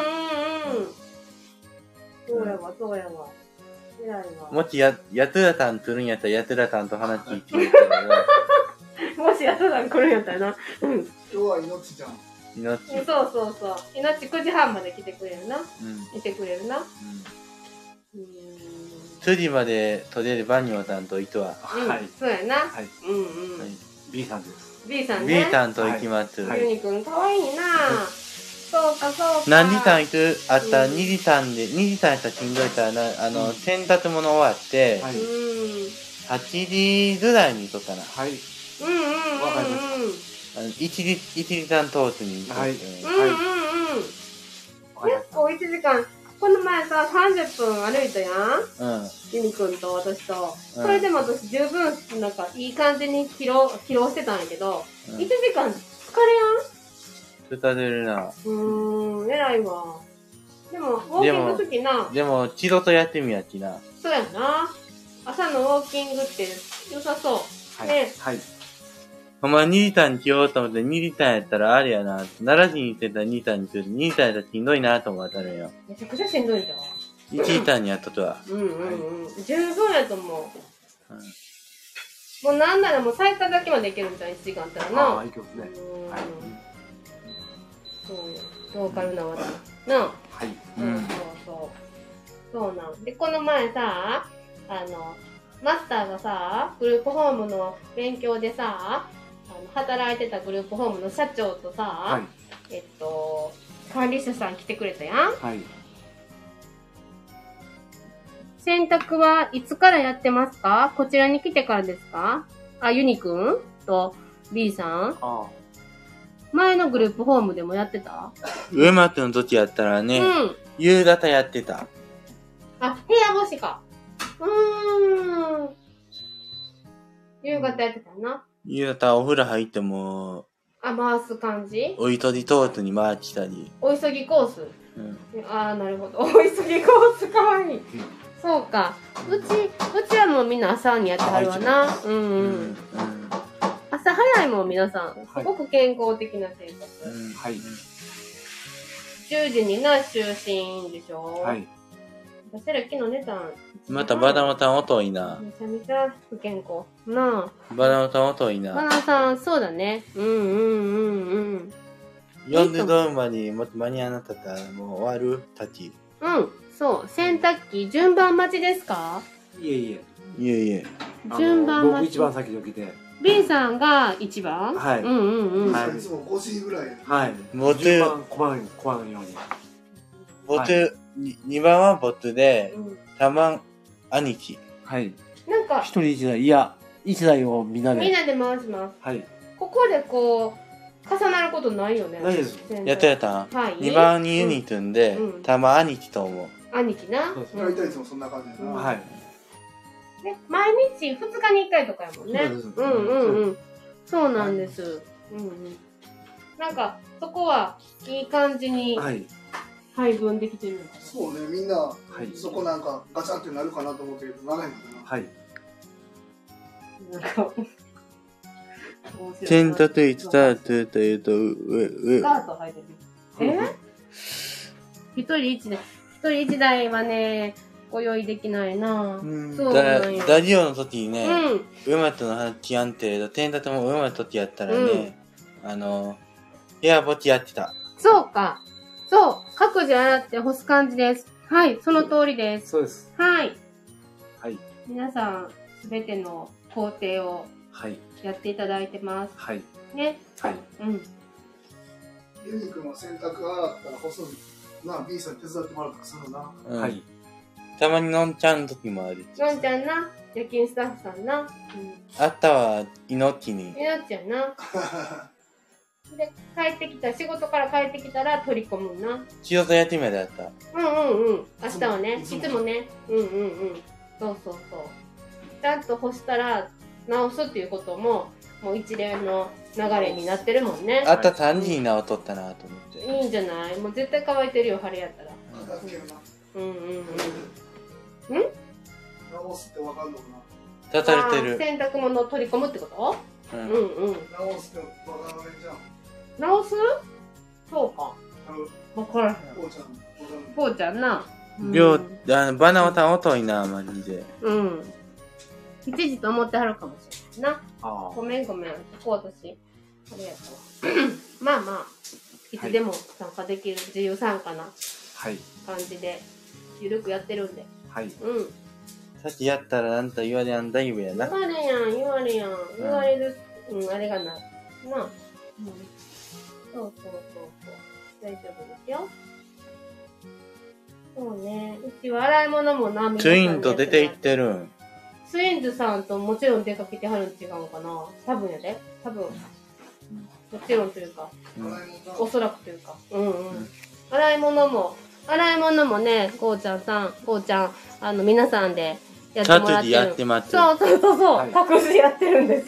そうやわ、そうやわ。偉いわ。もしや、やつらたん来るんやったら、やつらたんと話聞いてみたら。もしやつらたん来るんやったらな。うん。今日は命じゃん。 命。そうそうそう。命くじはんまで来てくれるな。うん。いてくれるな。うん。 くじまで、とりあえずバニオさんと糸は。 はい。そうやな。はい。うんうん。 B さんです。 B さんね。 B さんと行きます。 ユニくんかわいいな。そうかそうか。 何時間行くあったらにじかんで、にじかんやったらしんどいからな、あの、洗濯物終わって、はちじぐらいに行こうかな。はい。うんうんうんうん。わかりました。あの、いちじ、いちじかんトースに行こう。はい。うんうんうん。結構いちじかん。この前さ、さんじゅっぷん歩いたやん。うん。ユニくんと私と。それでも私十分、なんか、いい感じに疲労、疲労してたんやけど、うん、いちじかん疲れやん？ 疲れるな。 うーん、偉いわ。でも、ウォーキング好きな。 でも、チロとやってみやきな。 そうやな。朝のウォーキングって良さそう。はい、ね。はい。 お前にリターにしようと思ってにリターやったらあれやな。奈良市に行ってたらにリターにする。にリターやったらしんどいなと思ったるんよ。 めちゃくちゃしんどいじゃん。 いちリターにやったとは。 うんうんうん。十分やと思う。うん、もうなんならもう最多だけまでいけるみたいな、いちじかんあったらな。 ああ、いけますね。はい。 そうよ。ローカルな技。なあ。 はい。 うん。そうそうそう。そうなん。で、この前さ、あの、マスターがさ、グループホームの勉強でさ、あの働いてたグループホームの社長とさ、はい、えっと、管理者さん来てくれたやん。はい。洗濯はいつからやってますか？こちらに来てからですか？あ、ユニくんと B さん。ああ。前のグループホームでもやってた？ 上松の時やったらね、うん、夕方やってた。 あ、部屋干しか。うーん。夕方やってたな。 夕方お風呂入っても、 あ、回す感じ？ お急ぎトースに回したり。 お急ぎコース。うん、ああ、なるほど。お急ぎコースかわいい。 そうか。うち、うちはもうみんな朝にやってはるわな。うんうん。朝早いもん、皆さん。すごく健康的な生活。 はい。 じゅうじにな、就寝でしょ。 はい。 私ら昨日寝たん。 またバナナタン遅いな。 めちゃめちゃ不健康。なあ。 バナナタン遅いな。 バナナさん、そうだね。うんうんうんうん。 呼んでどうまでもっと間に合わなかったらもう終わるたち。 うん、そう。洗濯機、順番待ちですか？ いえいえ。 いえいえ。 順番待ち。 僕一番先に起きて。 B さんが一番？ はい。 うんうんうん。 はい。いつもごじぐらい。 はい。 ボト順番困る、困るように。 ボト、にばんはボトで、たまん、兄貴。 はい。 なんか、 一人一台、いや、一台をみんなで。 みんなで回します。 はい。 ここでこう、重なることないよね。 ないです。 やったやったはい。 にばんにユニ組んで、たま兄貴と思う。 兄貴な。 大体いつもそんな感じだな。 はい。 ね、毎日ふつかにいっかいとかやもんね。うんうんうん。そうなんです。うんうん。なんか、そこはいい感じに配分できてるんです。 そうね、みんな、そこなんかガチャってなるかなと思ったけど、ならへんかな。 はい。 なんか、洗濯いつだってというと、上、 上。スカート履いてる。え一人一台。一人一台はね、ご用意できないな。 そうなんよ。ダリオの時にね、うん、馬との話やんて、洗濯も馬の時やったらね、うん、あの、部屋干しやってた。 そうか。そう。各自洗って干す感じです。はい。その通りです。 そうです。 はい。 はい。 皆さん、すべての工程を、はい。やっていただいてます。 はい。 ね。はい。うん。 ユニ君は洗濯洗ったら干すな、B さん手伝ってもらったらするな。 うん、はい。たまにのんちゃんの時もある。 のんちゃんな。夜勤スタッフさんな。うん、 あったわ、いのっちに。 いのっちゃんな。で、帰ってきた、仕事から帰ってきたら取り込むな。 仕事やってみやった。 うんうんうん。明日はね、いつもね。うんうんうん。そうそうそう。ちゃんと干したら直すっていうことも、もう一連の流れになってるもんね。 あったさんじに直っとったなと思って。 いいんじゃない？もう絶対乾いてるよ、晴れやったら。うんうんうん。ん？ 直すってわかんのかな？ 立たれてる。 洗濯物を取り込むってこと？うんうんうん。 直すってわからないじゃん。 直す？そうか。わからへん。 こうちゃん。 こうちゃんな。 両、あの、バナナタン遅いな、マジで。 うん。一時と思ってはるかもしれないな。あごめんごめん。こう私。ありがとう。まあまあ、いつでも参加できる自由参加な感じで、ゆるくやってるんで。はい。うん。 さっきやったらなんと言われやんだいぶやな。 言われやん、言われやん。言われる、うん、あれがない。なあ。うん。そうそうそうそう。大丈夫ですよ。そうね。うちは洗い物もな、 ツインと出て行ってるん。 ツインズさんともちろん出かけてはるん違うのかな。多分やで。多分。もちろんというか。うん、おそらくというか。うんうん。うん、洗い物も、洗い物もね、こうちゃんさん、こうちゃん、あの、皆さんでやってもらってる。 やってます。 そうそうそうそう。はい、各自やってるんです。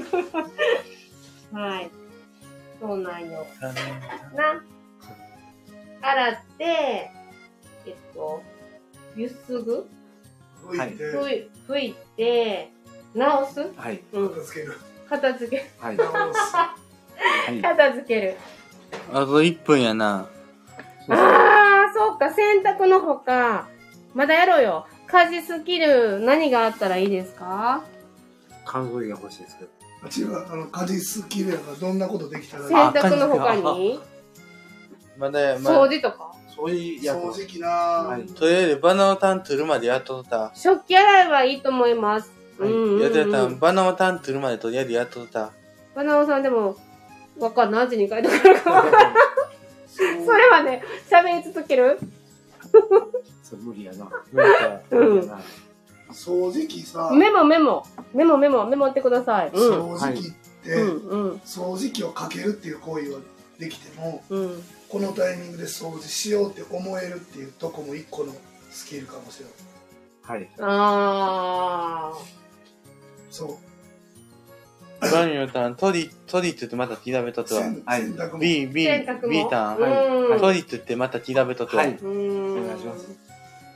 はい。そうなんよ。な。洗って、えっと、ゆすぐ拭いて、 はい、拭いて、直す、 はい、 うん、 片付ける。 片付け、 はい、 片付ける。 あといっぷんやな。 ああ、そうか、洗濯のほか、まだやろうよ。家事スキル、何があったらいいですか？ 乾燥機が欲しいですけど。 違う、あの、家事スキルやからどんなことできたらいい？ 洗濯のほかにまだ、 まだ、掃除とか掃除や掃除機なぁ、はい。 とりあえずバナナタン取るまでやっとった。 食器洗いはいいと思います。 はい、うんうんうん、やってた。バナナタン取るまでとりあえずやっとった。 バナナさんでも、わかんない。味に書いてくるかそれはね、喋り続けるそれ無理やな。無理か。 うん。 掃除機さ。 メモメモ。メモメモ。メモってください。 掃除機って、掃除機をかけるっていう行為はできても、うん、このタイミングで掃除しようって思えるっていうとこも一個のスキルかもしれない。 はい。 ああ。 そう。 バニラタン、トリ、トリって言ってまた調べととは。 はい。 B、B、B タン。はい。トリって言ってまた調べととは。はい。お願いします。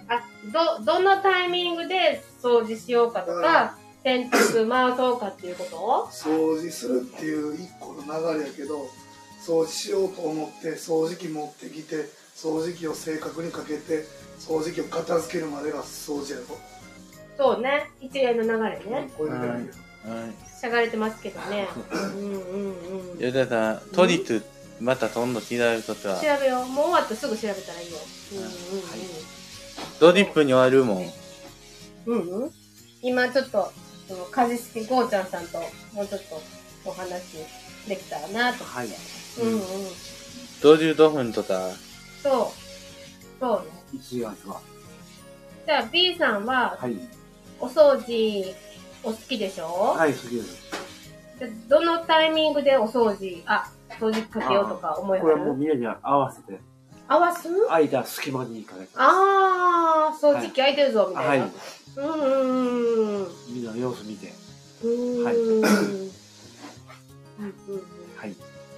あ、ど、どのタイミングで掃除しようかとか、洗濯回そうかっていうこと掃除するっていう一個の流れやけど、掃除しようと思って掃除機持ってきて、掃除機を正確にかけて、掃除機を片付けるまでが掃除やろ。 そうね、一連の流れね。 こういうだけだけど。 しゃがれてますけどね。うんうんうん。 いや、だから、トリトゥ、また今度調べるときは。 調べよう。もう終わったらすぐ調べたらいいよ。うんうんうん。 ドリップに終わるもん。 うんうん。今ちょっと、その、家事式ゴーちゃんさんと、もうちょっとお話できたらなと思って。はい。うんうん。 ごじゅうごふんとか。 そう。そうね。 いちがつは。 じゃあ B さんは、はい。お掃除、お好きでしょ？ はい、好きです。 でどのタイミングでお掃除、あ、掃除かけようとか思いはる？ これはもうみんなに合わせて。 合わす？ 間、隙間に行かれて。 あー、掃除機空いてるぞ、みたいな。 はい。 うんうんうん。 みんなの様子見て。 うーん。 はい。 うんうん。 はい。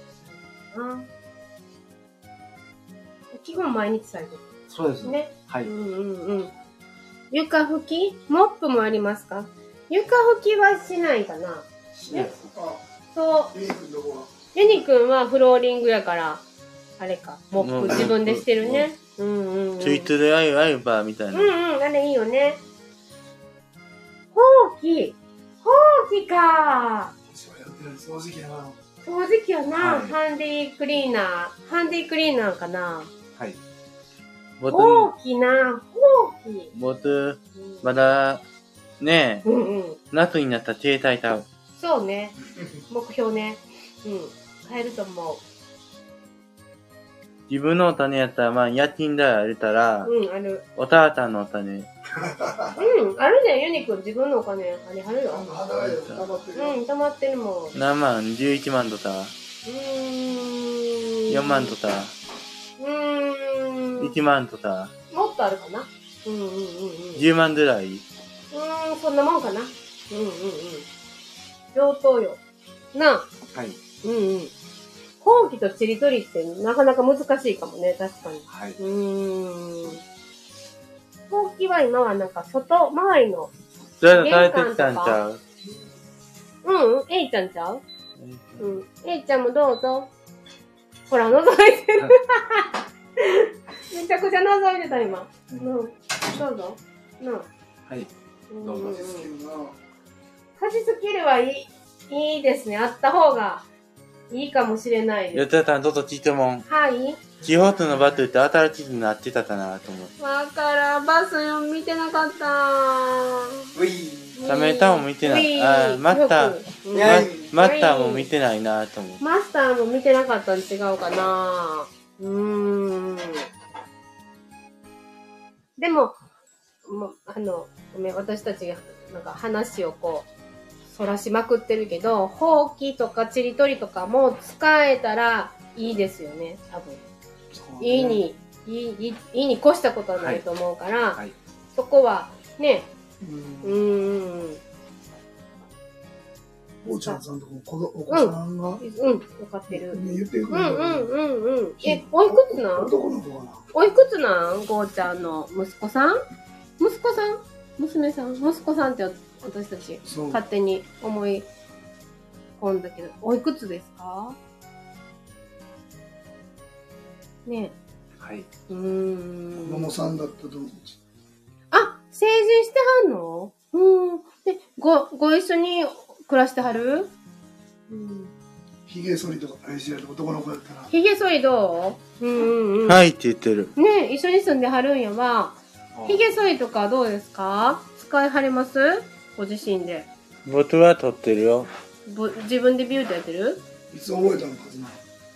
基本毎日されてる。 そうですね。 はい。 うんうんうん。床拭き？モップもありますか？床拭きはしないかな？ しないです。 そう。 ユニ君どこは？ ユニ君はフローリングやから、あれか、モップ自分でしてるね。うんうんうん。 ついてるアイアイバーみたいな。 うんうん、あれいいよね。ほうき。ほうきか。 掃除機やな。 掃除機やな。ハンディクリーナー。ハンディクリーナーかな。 はい。 ほうきな。ほうき。 僕、まだ、ねえ、うんうん、夏になったら携帯たう。 そうね。目標ね。うん。変えると思う。 自分のお金やったら、まあ、家賃代あるたら、 うん、ある。 おたあたんのお金。 うん、あるね。ユニ君自分のお金、あれ、あるよ。うん、溜まってるもん。 何万 ?じゅういちまんとか。うーん。 よんまんとか。 うーん。 いちまんとか。 もっとあるかな。うんうんうんうん。 じゅうまんぐらい。 うーん、そんなもんかな。うんうんうん。上等よ。なあ。 はい。 うんうん。ほうきとちりとりってなかなか難しいかもね、確かに。 はい。 うーん。ほうきは今はなんか外周りの玄関とか。 うんうん、えいちゃんちゃううん。えいちゃんもどうぞ。ほら、覗いてる。めちゃくちゃ覗いてた、今。うん。どうぞ。なあ。 はい。どうぞ。 家事スキルはいい、いいですね。あった方がいいかもしれないです。 やってたん、どうぞ聞いてもん。 はい。 地方とのバトルって新しくなってたかなと思って。 わからん。バス見てなかったー。ウィー。サメーターも見てない。あ、マスター。マスターも見てないなと思って。 マスターも見てなかったん違うかなうーん。でも、もあの、ごめん、私たちがなんか話をこう、そらしまくってるけど、ほうきとかちりとりとかも使えたらいいですよね、多分。いいに、いい、いいに越したことはないと思うから、はいはい、そこはね、うーん。 おちゃんさんとこのお子さんが、うん、 うん、分かってる。 ね、言ってくれる。 うんうんうんうん。え、おいくつなん？ 男の子かな。 おいくつなんゴーちゃんの息子さん？息子さん？娘さん？息子さんって私たち勝手に思い込んだけど、おいくつですか？ねえ。はい。 うーん。 子供さんだったと思う。 あ、成人してはんの？うん。で、ご、ご一緒に暮らしてはる？うん。 ひげ剃りとかあれしやる男の子やったら。 ひげ剃りどう？うんうんうん。 はいって言ってる。 ね、一緒に住んではるんやわ。ひげ剃りとかどうですか？使いはれます？ご自身で。 僕は取ってるよ。 ぼ自分でビューってやってる？ いつ覚えたのかな。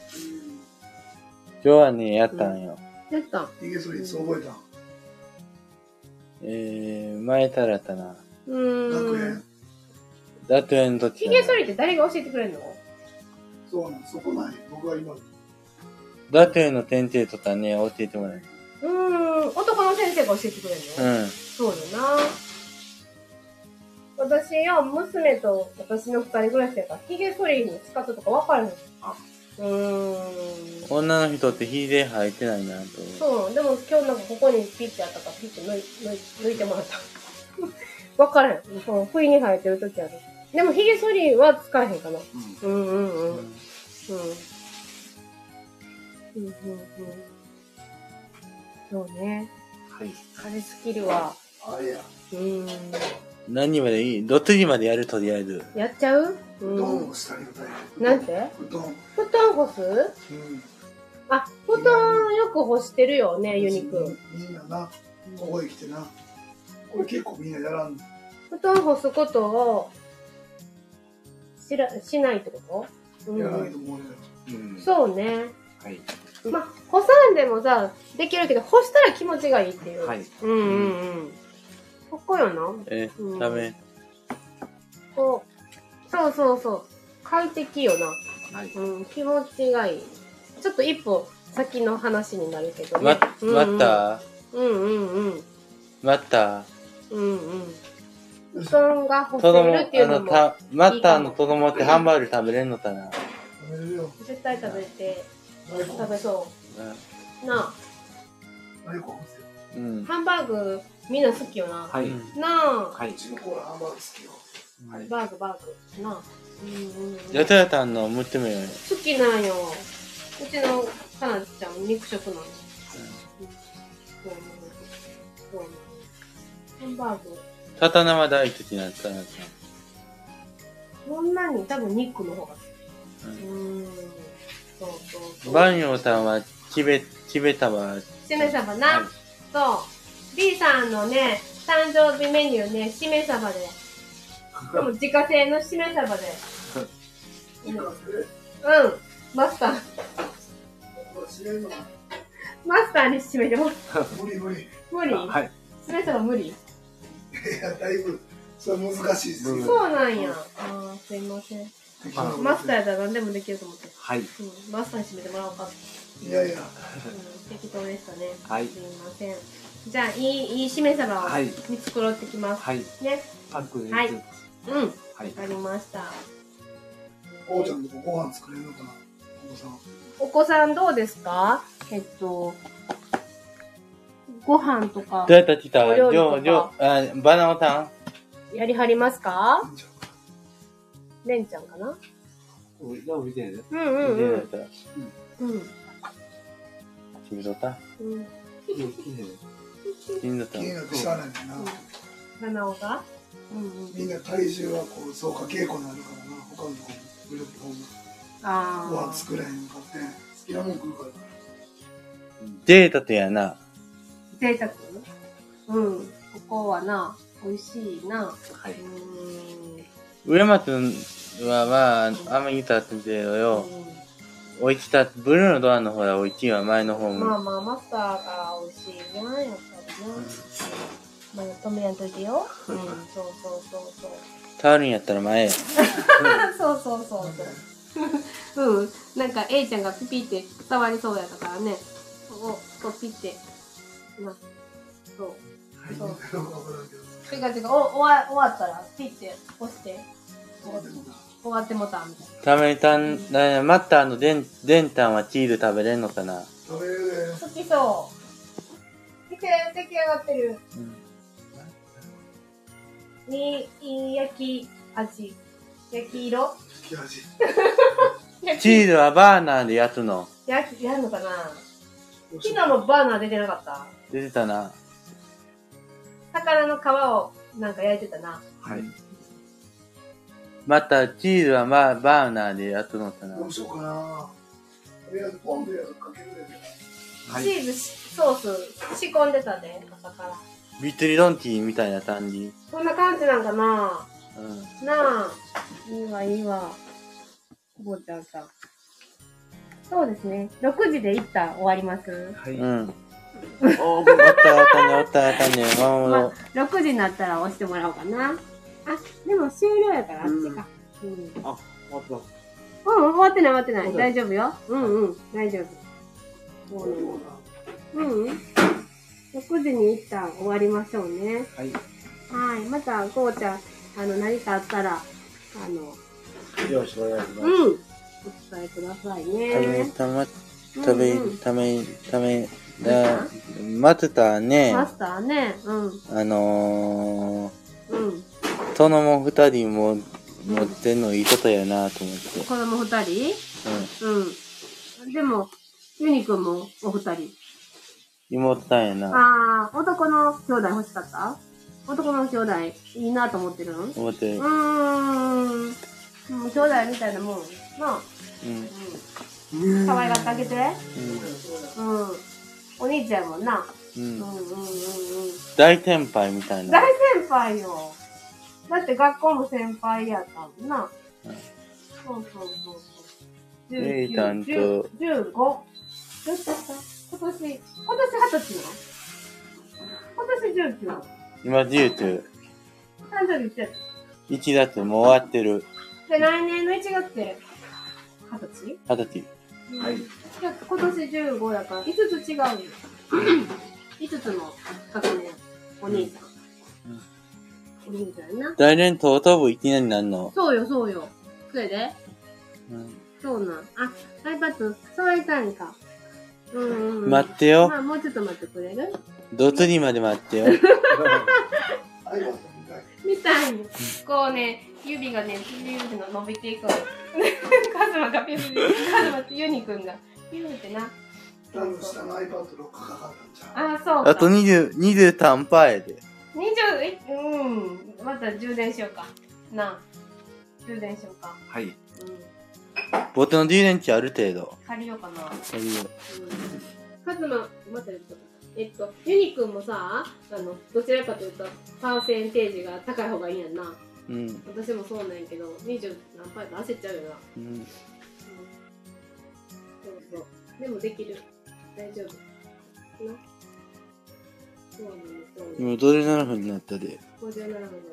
今日はね、やったんよ。 うん、やったん。 ひげ剃りいつ覚えたん？ えー、前からやったな。 うーん。 学園。 学園の時。 ひげ剃りって誰が教えてくれるの？ そうなん、そこない。僕は今。 学園の先生とかね、教えてもらえる。 うーん、男の先生が教えてくれるの？うん。そうよな。私よ、娘と私の二人暮らしやから、ひげ剃りの仕方とか分からへん。あ、 うーん。 女の人ってひげ生えてないなと。 そう、でも今日なんかここにピッてあったからピッて抜い抜い抜いてもらった。わからへん。そう、不意に生えてる時ある。でもヒゲ剃りは使えへんかな。うん、うんうんうん。うん。うんうんうん。そうね。はい。あれスキルは。 あれや。 うん。 何までいい？ろくじまでやるとりあえず。 やっちゃう？ 布団干したりのタイプ。 なんて？ 布団。 布団干す？うん。あ、布団よく干してるよね、ユニくん。 みんなな、ここへ来てな。これ結構みんなやらん。 布団干すことをしら、しないってこと？うん、 やらないと思うよ。 うん、そうね。 はい。 まあ、干さんでもさ、できるけど、干したら気持ちがいいっていう。はい。うんうんうん。ここよな。 え、うん、ダメ。 こう、そうそうそう。快適よな。はい。うん、気持ちがいい。ちょっと一歩先の話になるけどね。 ま、待った？ うんうんうん。 待った？ うんうん。布団が干せるっていうのもいいかも。 マッターの子供ってハンバーグ食べれんのかな？ 食べれるよ。 絶対食べて、食べそう。なあ。うん。ハンバーグみんな好きよな。はい。なあ。 はい。うちの子はハンバーグ好きよ。 はい。バーグバーグ。なあ。 うんうん。やたやたんのむってもよ。 好きなんよ。うちのかなちゃん肉食なの。うん。そう。ハンバーグ。 刀は大好きなんですか？ そんなに多分肉の方が好き。うん。うん、そうそうそう。 バンヨーさんはチベ、チベタバ。 しめ鯖な。はい、そう。B さんのね、誕生日メニューね、しめ鯖で。でも自家製のしめ鯖で。うん。マスター。マスターに締めても。 無理無理。 無理？はい。しめ鯖無理？ いや、だいぶ、それ難しいですよ。 そうなんや。ああ、すいません。マスターやったら何でもできると思って。はい。うん、マスターに締めてもらおうか。 いやいや。うん、 適当でしたね。はい。すいません。じゃあ、いい、いいしめ鯖を、はい、に作ろうってきます。はい。ね。 パックで。 はい。うん。はい。わかりました。 おうちゃんとご飯作れるのかな、お子さん。 お子さんどうですか？えっと、ご飯とか。 どうやって来た？りょう、りょう、あ、バナナタンやりはりますか？レンちゃんかな？ うんうんうん。 うん。うん。 君どうだ？うん。君どうだ？ 気になってしゃあないんだな。 花尾が？ みんな体重はこう、そうか稽古になるからな。他のとこグループホーム。ああ。ご飯作れへんかって、好きなもん食うから。 贅沢やな。 贅沢？うん。ここはな、美味しいな。はい。 上松はまあ、あんまり言ったって言うけどよ。美味しかった。ブルーのドアの方が美味しいわ、前の方も。 まあまあ、マスターが美味しいな、やっぱりな。まあ、止めやんといてよ。うん、そうそうそうそう。 触るんやったら前や。 そうそうそうそう。うん。なんか、A ちゃんがピピって触りそうやったからね。お、こうピって。まあ、そう。そう。違う違う。お、終わ、終わったら、ピって押して。終わってもたみたいな。 ためたん、なマッターのデン、デンタンはチーズ食べれんのかな？ 食べれるね。 好きそう。出来上がってる。うん。いい、いい焼き味。焼き色？ 焼き味。 チーズはバーナーで焼くの？ 焼き、やるのかな？昨日もバーナー出てなかった？ 出てたな。 魚の皮をなんか焼いてたな。 はい。 また、チーズはまあ、バーナーでやっとのかな。 どうしようかな。とりあえず、ポンでかけるで。 はい、チーズソース仕込んでたね、朝から。 ビットリドンティーみたいな感じ。 そんな感じなんかな。うん。なあ。いいわ、いいわ。ぼうちゃんさん。そうですね。ろくじで一旦終わります。 はい。うん。おった、おったね、おった、おったね。 まあ、ろくじになったら押してもらおうかな。あ、でも終了やからあっちか。うん。あ、 終わった。 うん、終わってない終わってない。大丈夫よ。うんうん、大丈夫。もうね。うん。ろくじに一旦終わりましょうね。はい。はい。また、こうちゃん、あの、何かあったら、あの、 よろしくお願いします。 うん。 お伝えくださいね。 食べ、たま、食べ、ため、ため、だ、マスターね。 マスターね。うん。 あのー、うん。 子供二人も持ってんのいいことやなと思って。 子供二人？うん。うん。でも、ユニくんもお二人。 妹さんやな。 ああ、男の兄弟欲しかった？男の兄弟いいなと思ってるの？ 思ってる。 うーん。もう兄弟みたいなもん。なあ。うん。うん。可愛がってあげて。うん。うん。お兄ちゃんもんな。うん。うんうんうんうん。 大先輩みたいな。 大先輩よ。だって学校も先輩やったもんな。うん。そうそうそうそう。 レイタンと。 じゅうご。どうした？今年、今年二十歳なの？今年じゅうきゅう。 今じゅうきゅう。 誕生日いつやった？ いちがつもう終わってる。 で、来年のいちがつって二十歳？ 二十歳。 はい。 じゃあ今年じゅうごやから、いつつ違うよ。いつつの学年、お兄さん。うん、お兄ちゃんな。 来年トート部いきなりなんの？ そうよ、そうよ。それで、 うん、 そうなん。あ、iPad、触りたいんか。うん、うん。 待ってよ。 まあ、もうちょっと待ってくれる？ どつりまで待ってよ。 みたいに。こうね、指がね、指の伸びていくの。カズマがピューピュー、カズマってユニくんがピューってな。 多分下の iPad ロックかかったんちゃう？あ、そうか。 あとにじゅう、にじゅうさんパーセントやで。 にじゅう、うん。また充電しようか。なあ。充電しようか。 はい。うん。 僕の充電池ある程度。 借りようかな。 借りよう。 カズマ、また言っとえっと、ユニくんもさ、あの、どちらかというと、パーセンテージが高い方がいいやんな。うん。私もそうなんやけど、にじゅう何パーか焦っちゃうよな。うん。うん、そうそう。でもできる。大丈夫。な。そうなんです。 今、どれななふんになったで。 ごじゅうななふんだ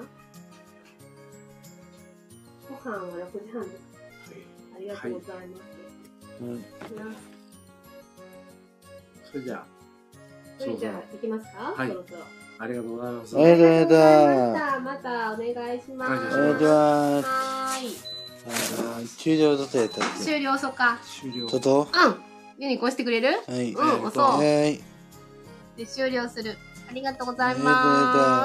ったご飯はろくじはんです。ありがとうございます。はい、うん。 それじゃあ。 それじゃあ、行きますか？はい。そろそろ。 ありがとうございます。 ありがとうございました。またお願いします。 お願いします。 はーい。 あー、終了どとやったっけ？ 終了そうか。 終了。 どと？ うん。ユニこうしてくれる？ はい。 うん、押そう。 はい。 で、終了する。ありがとうございます。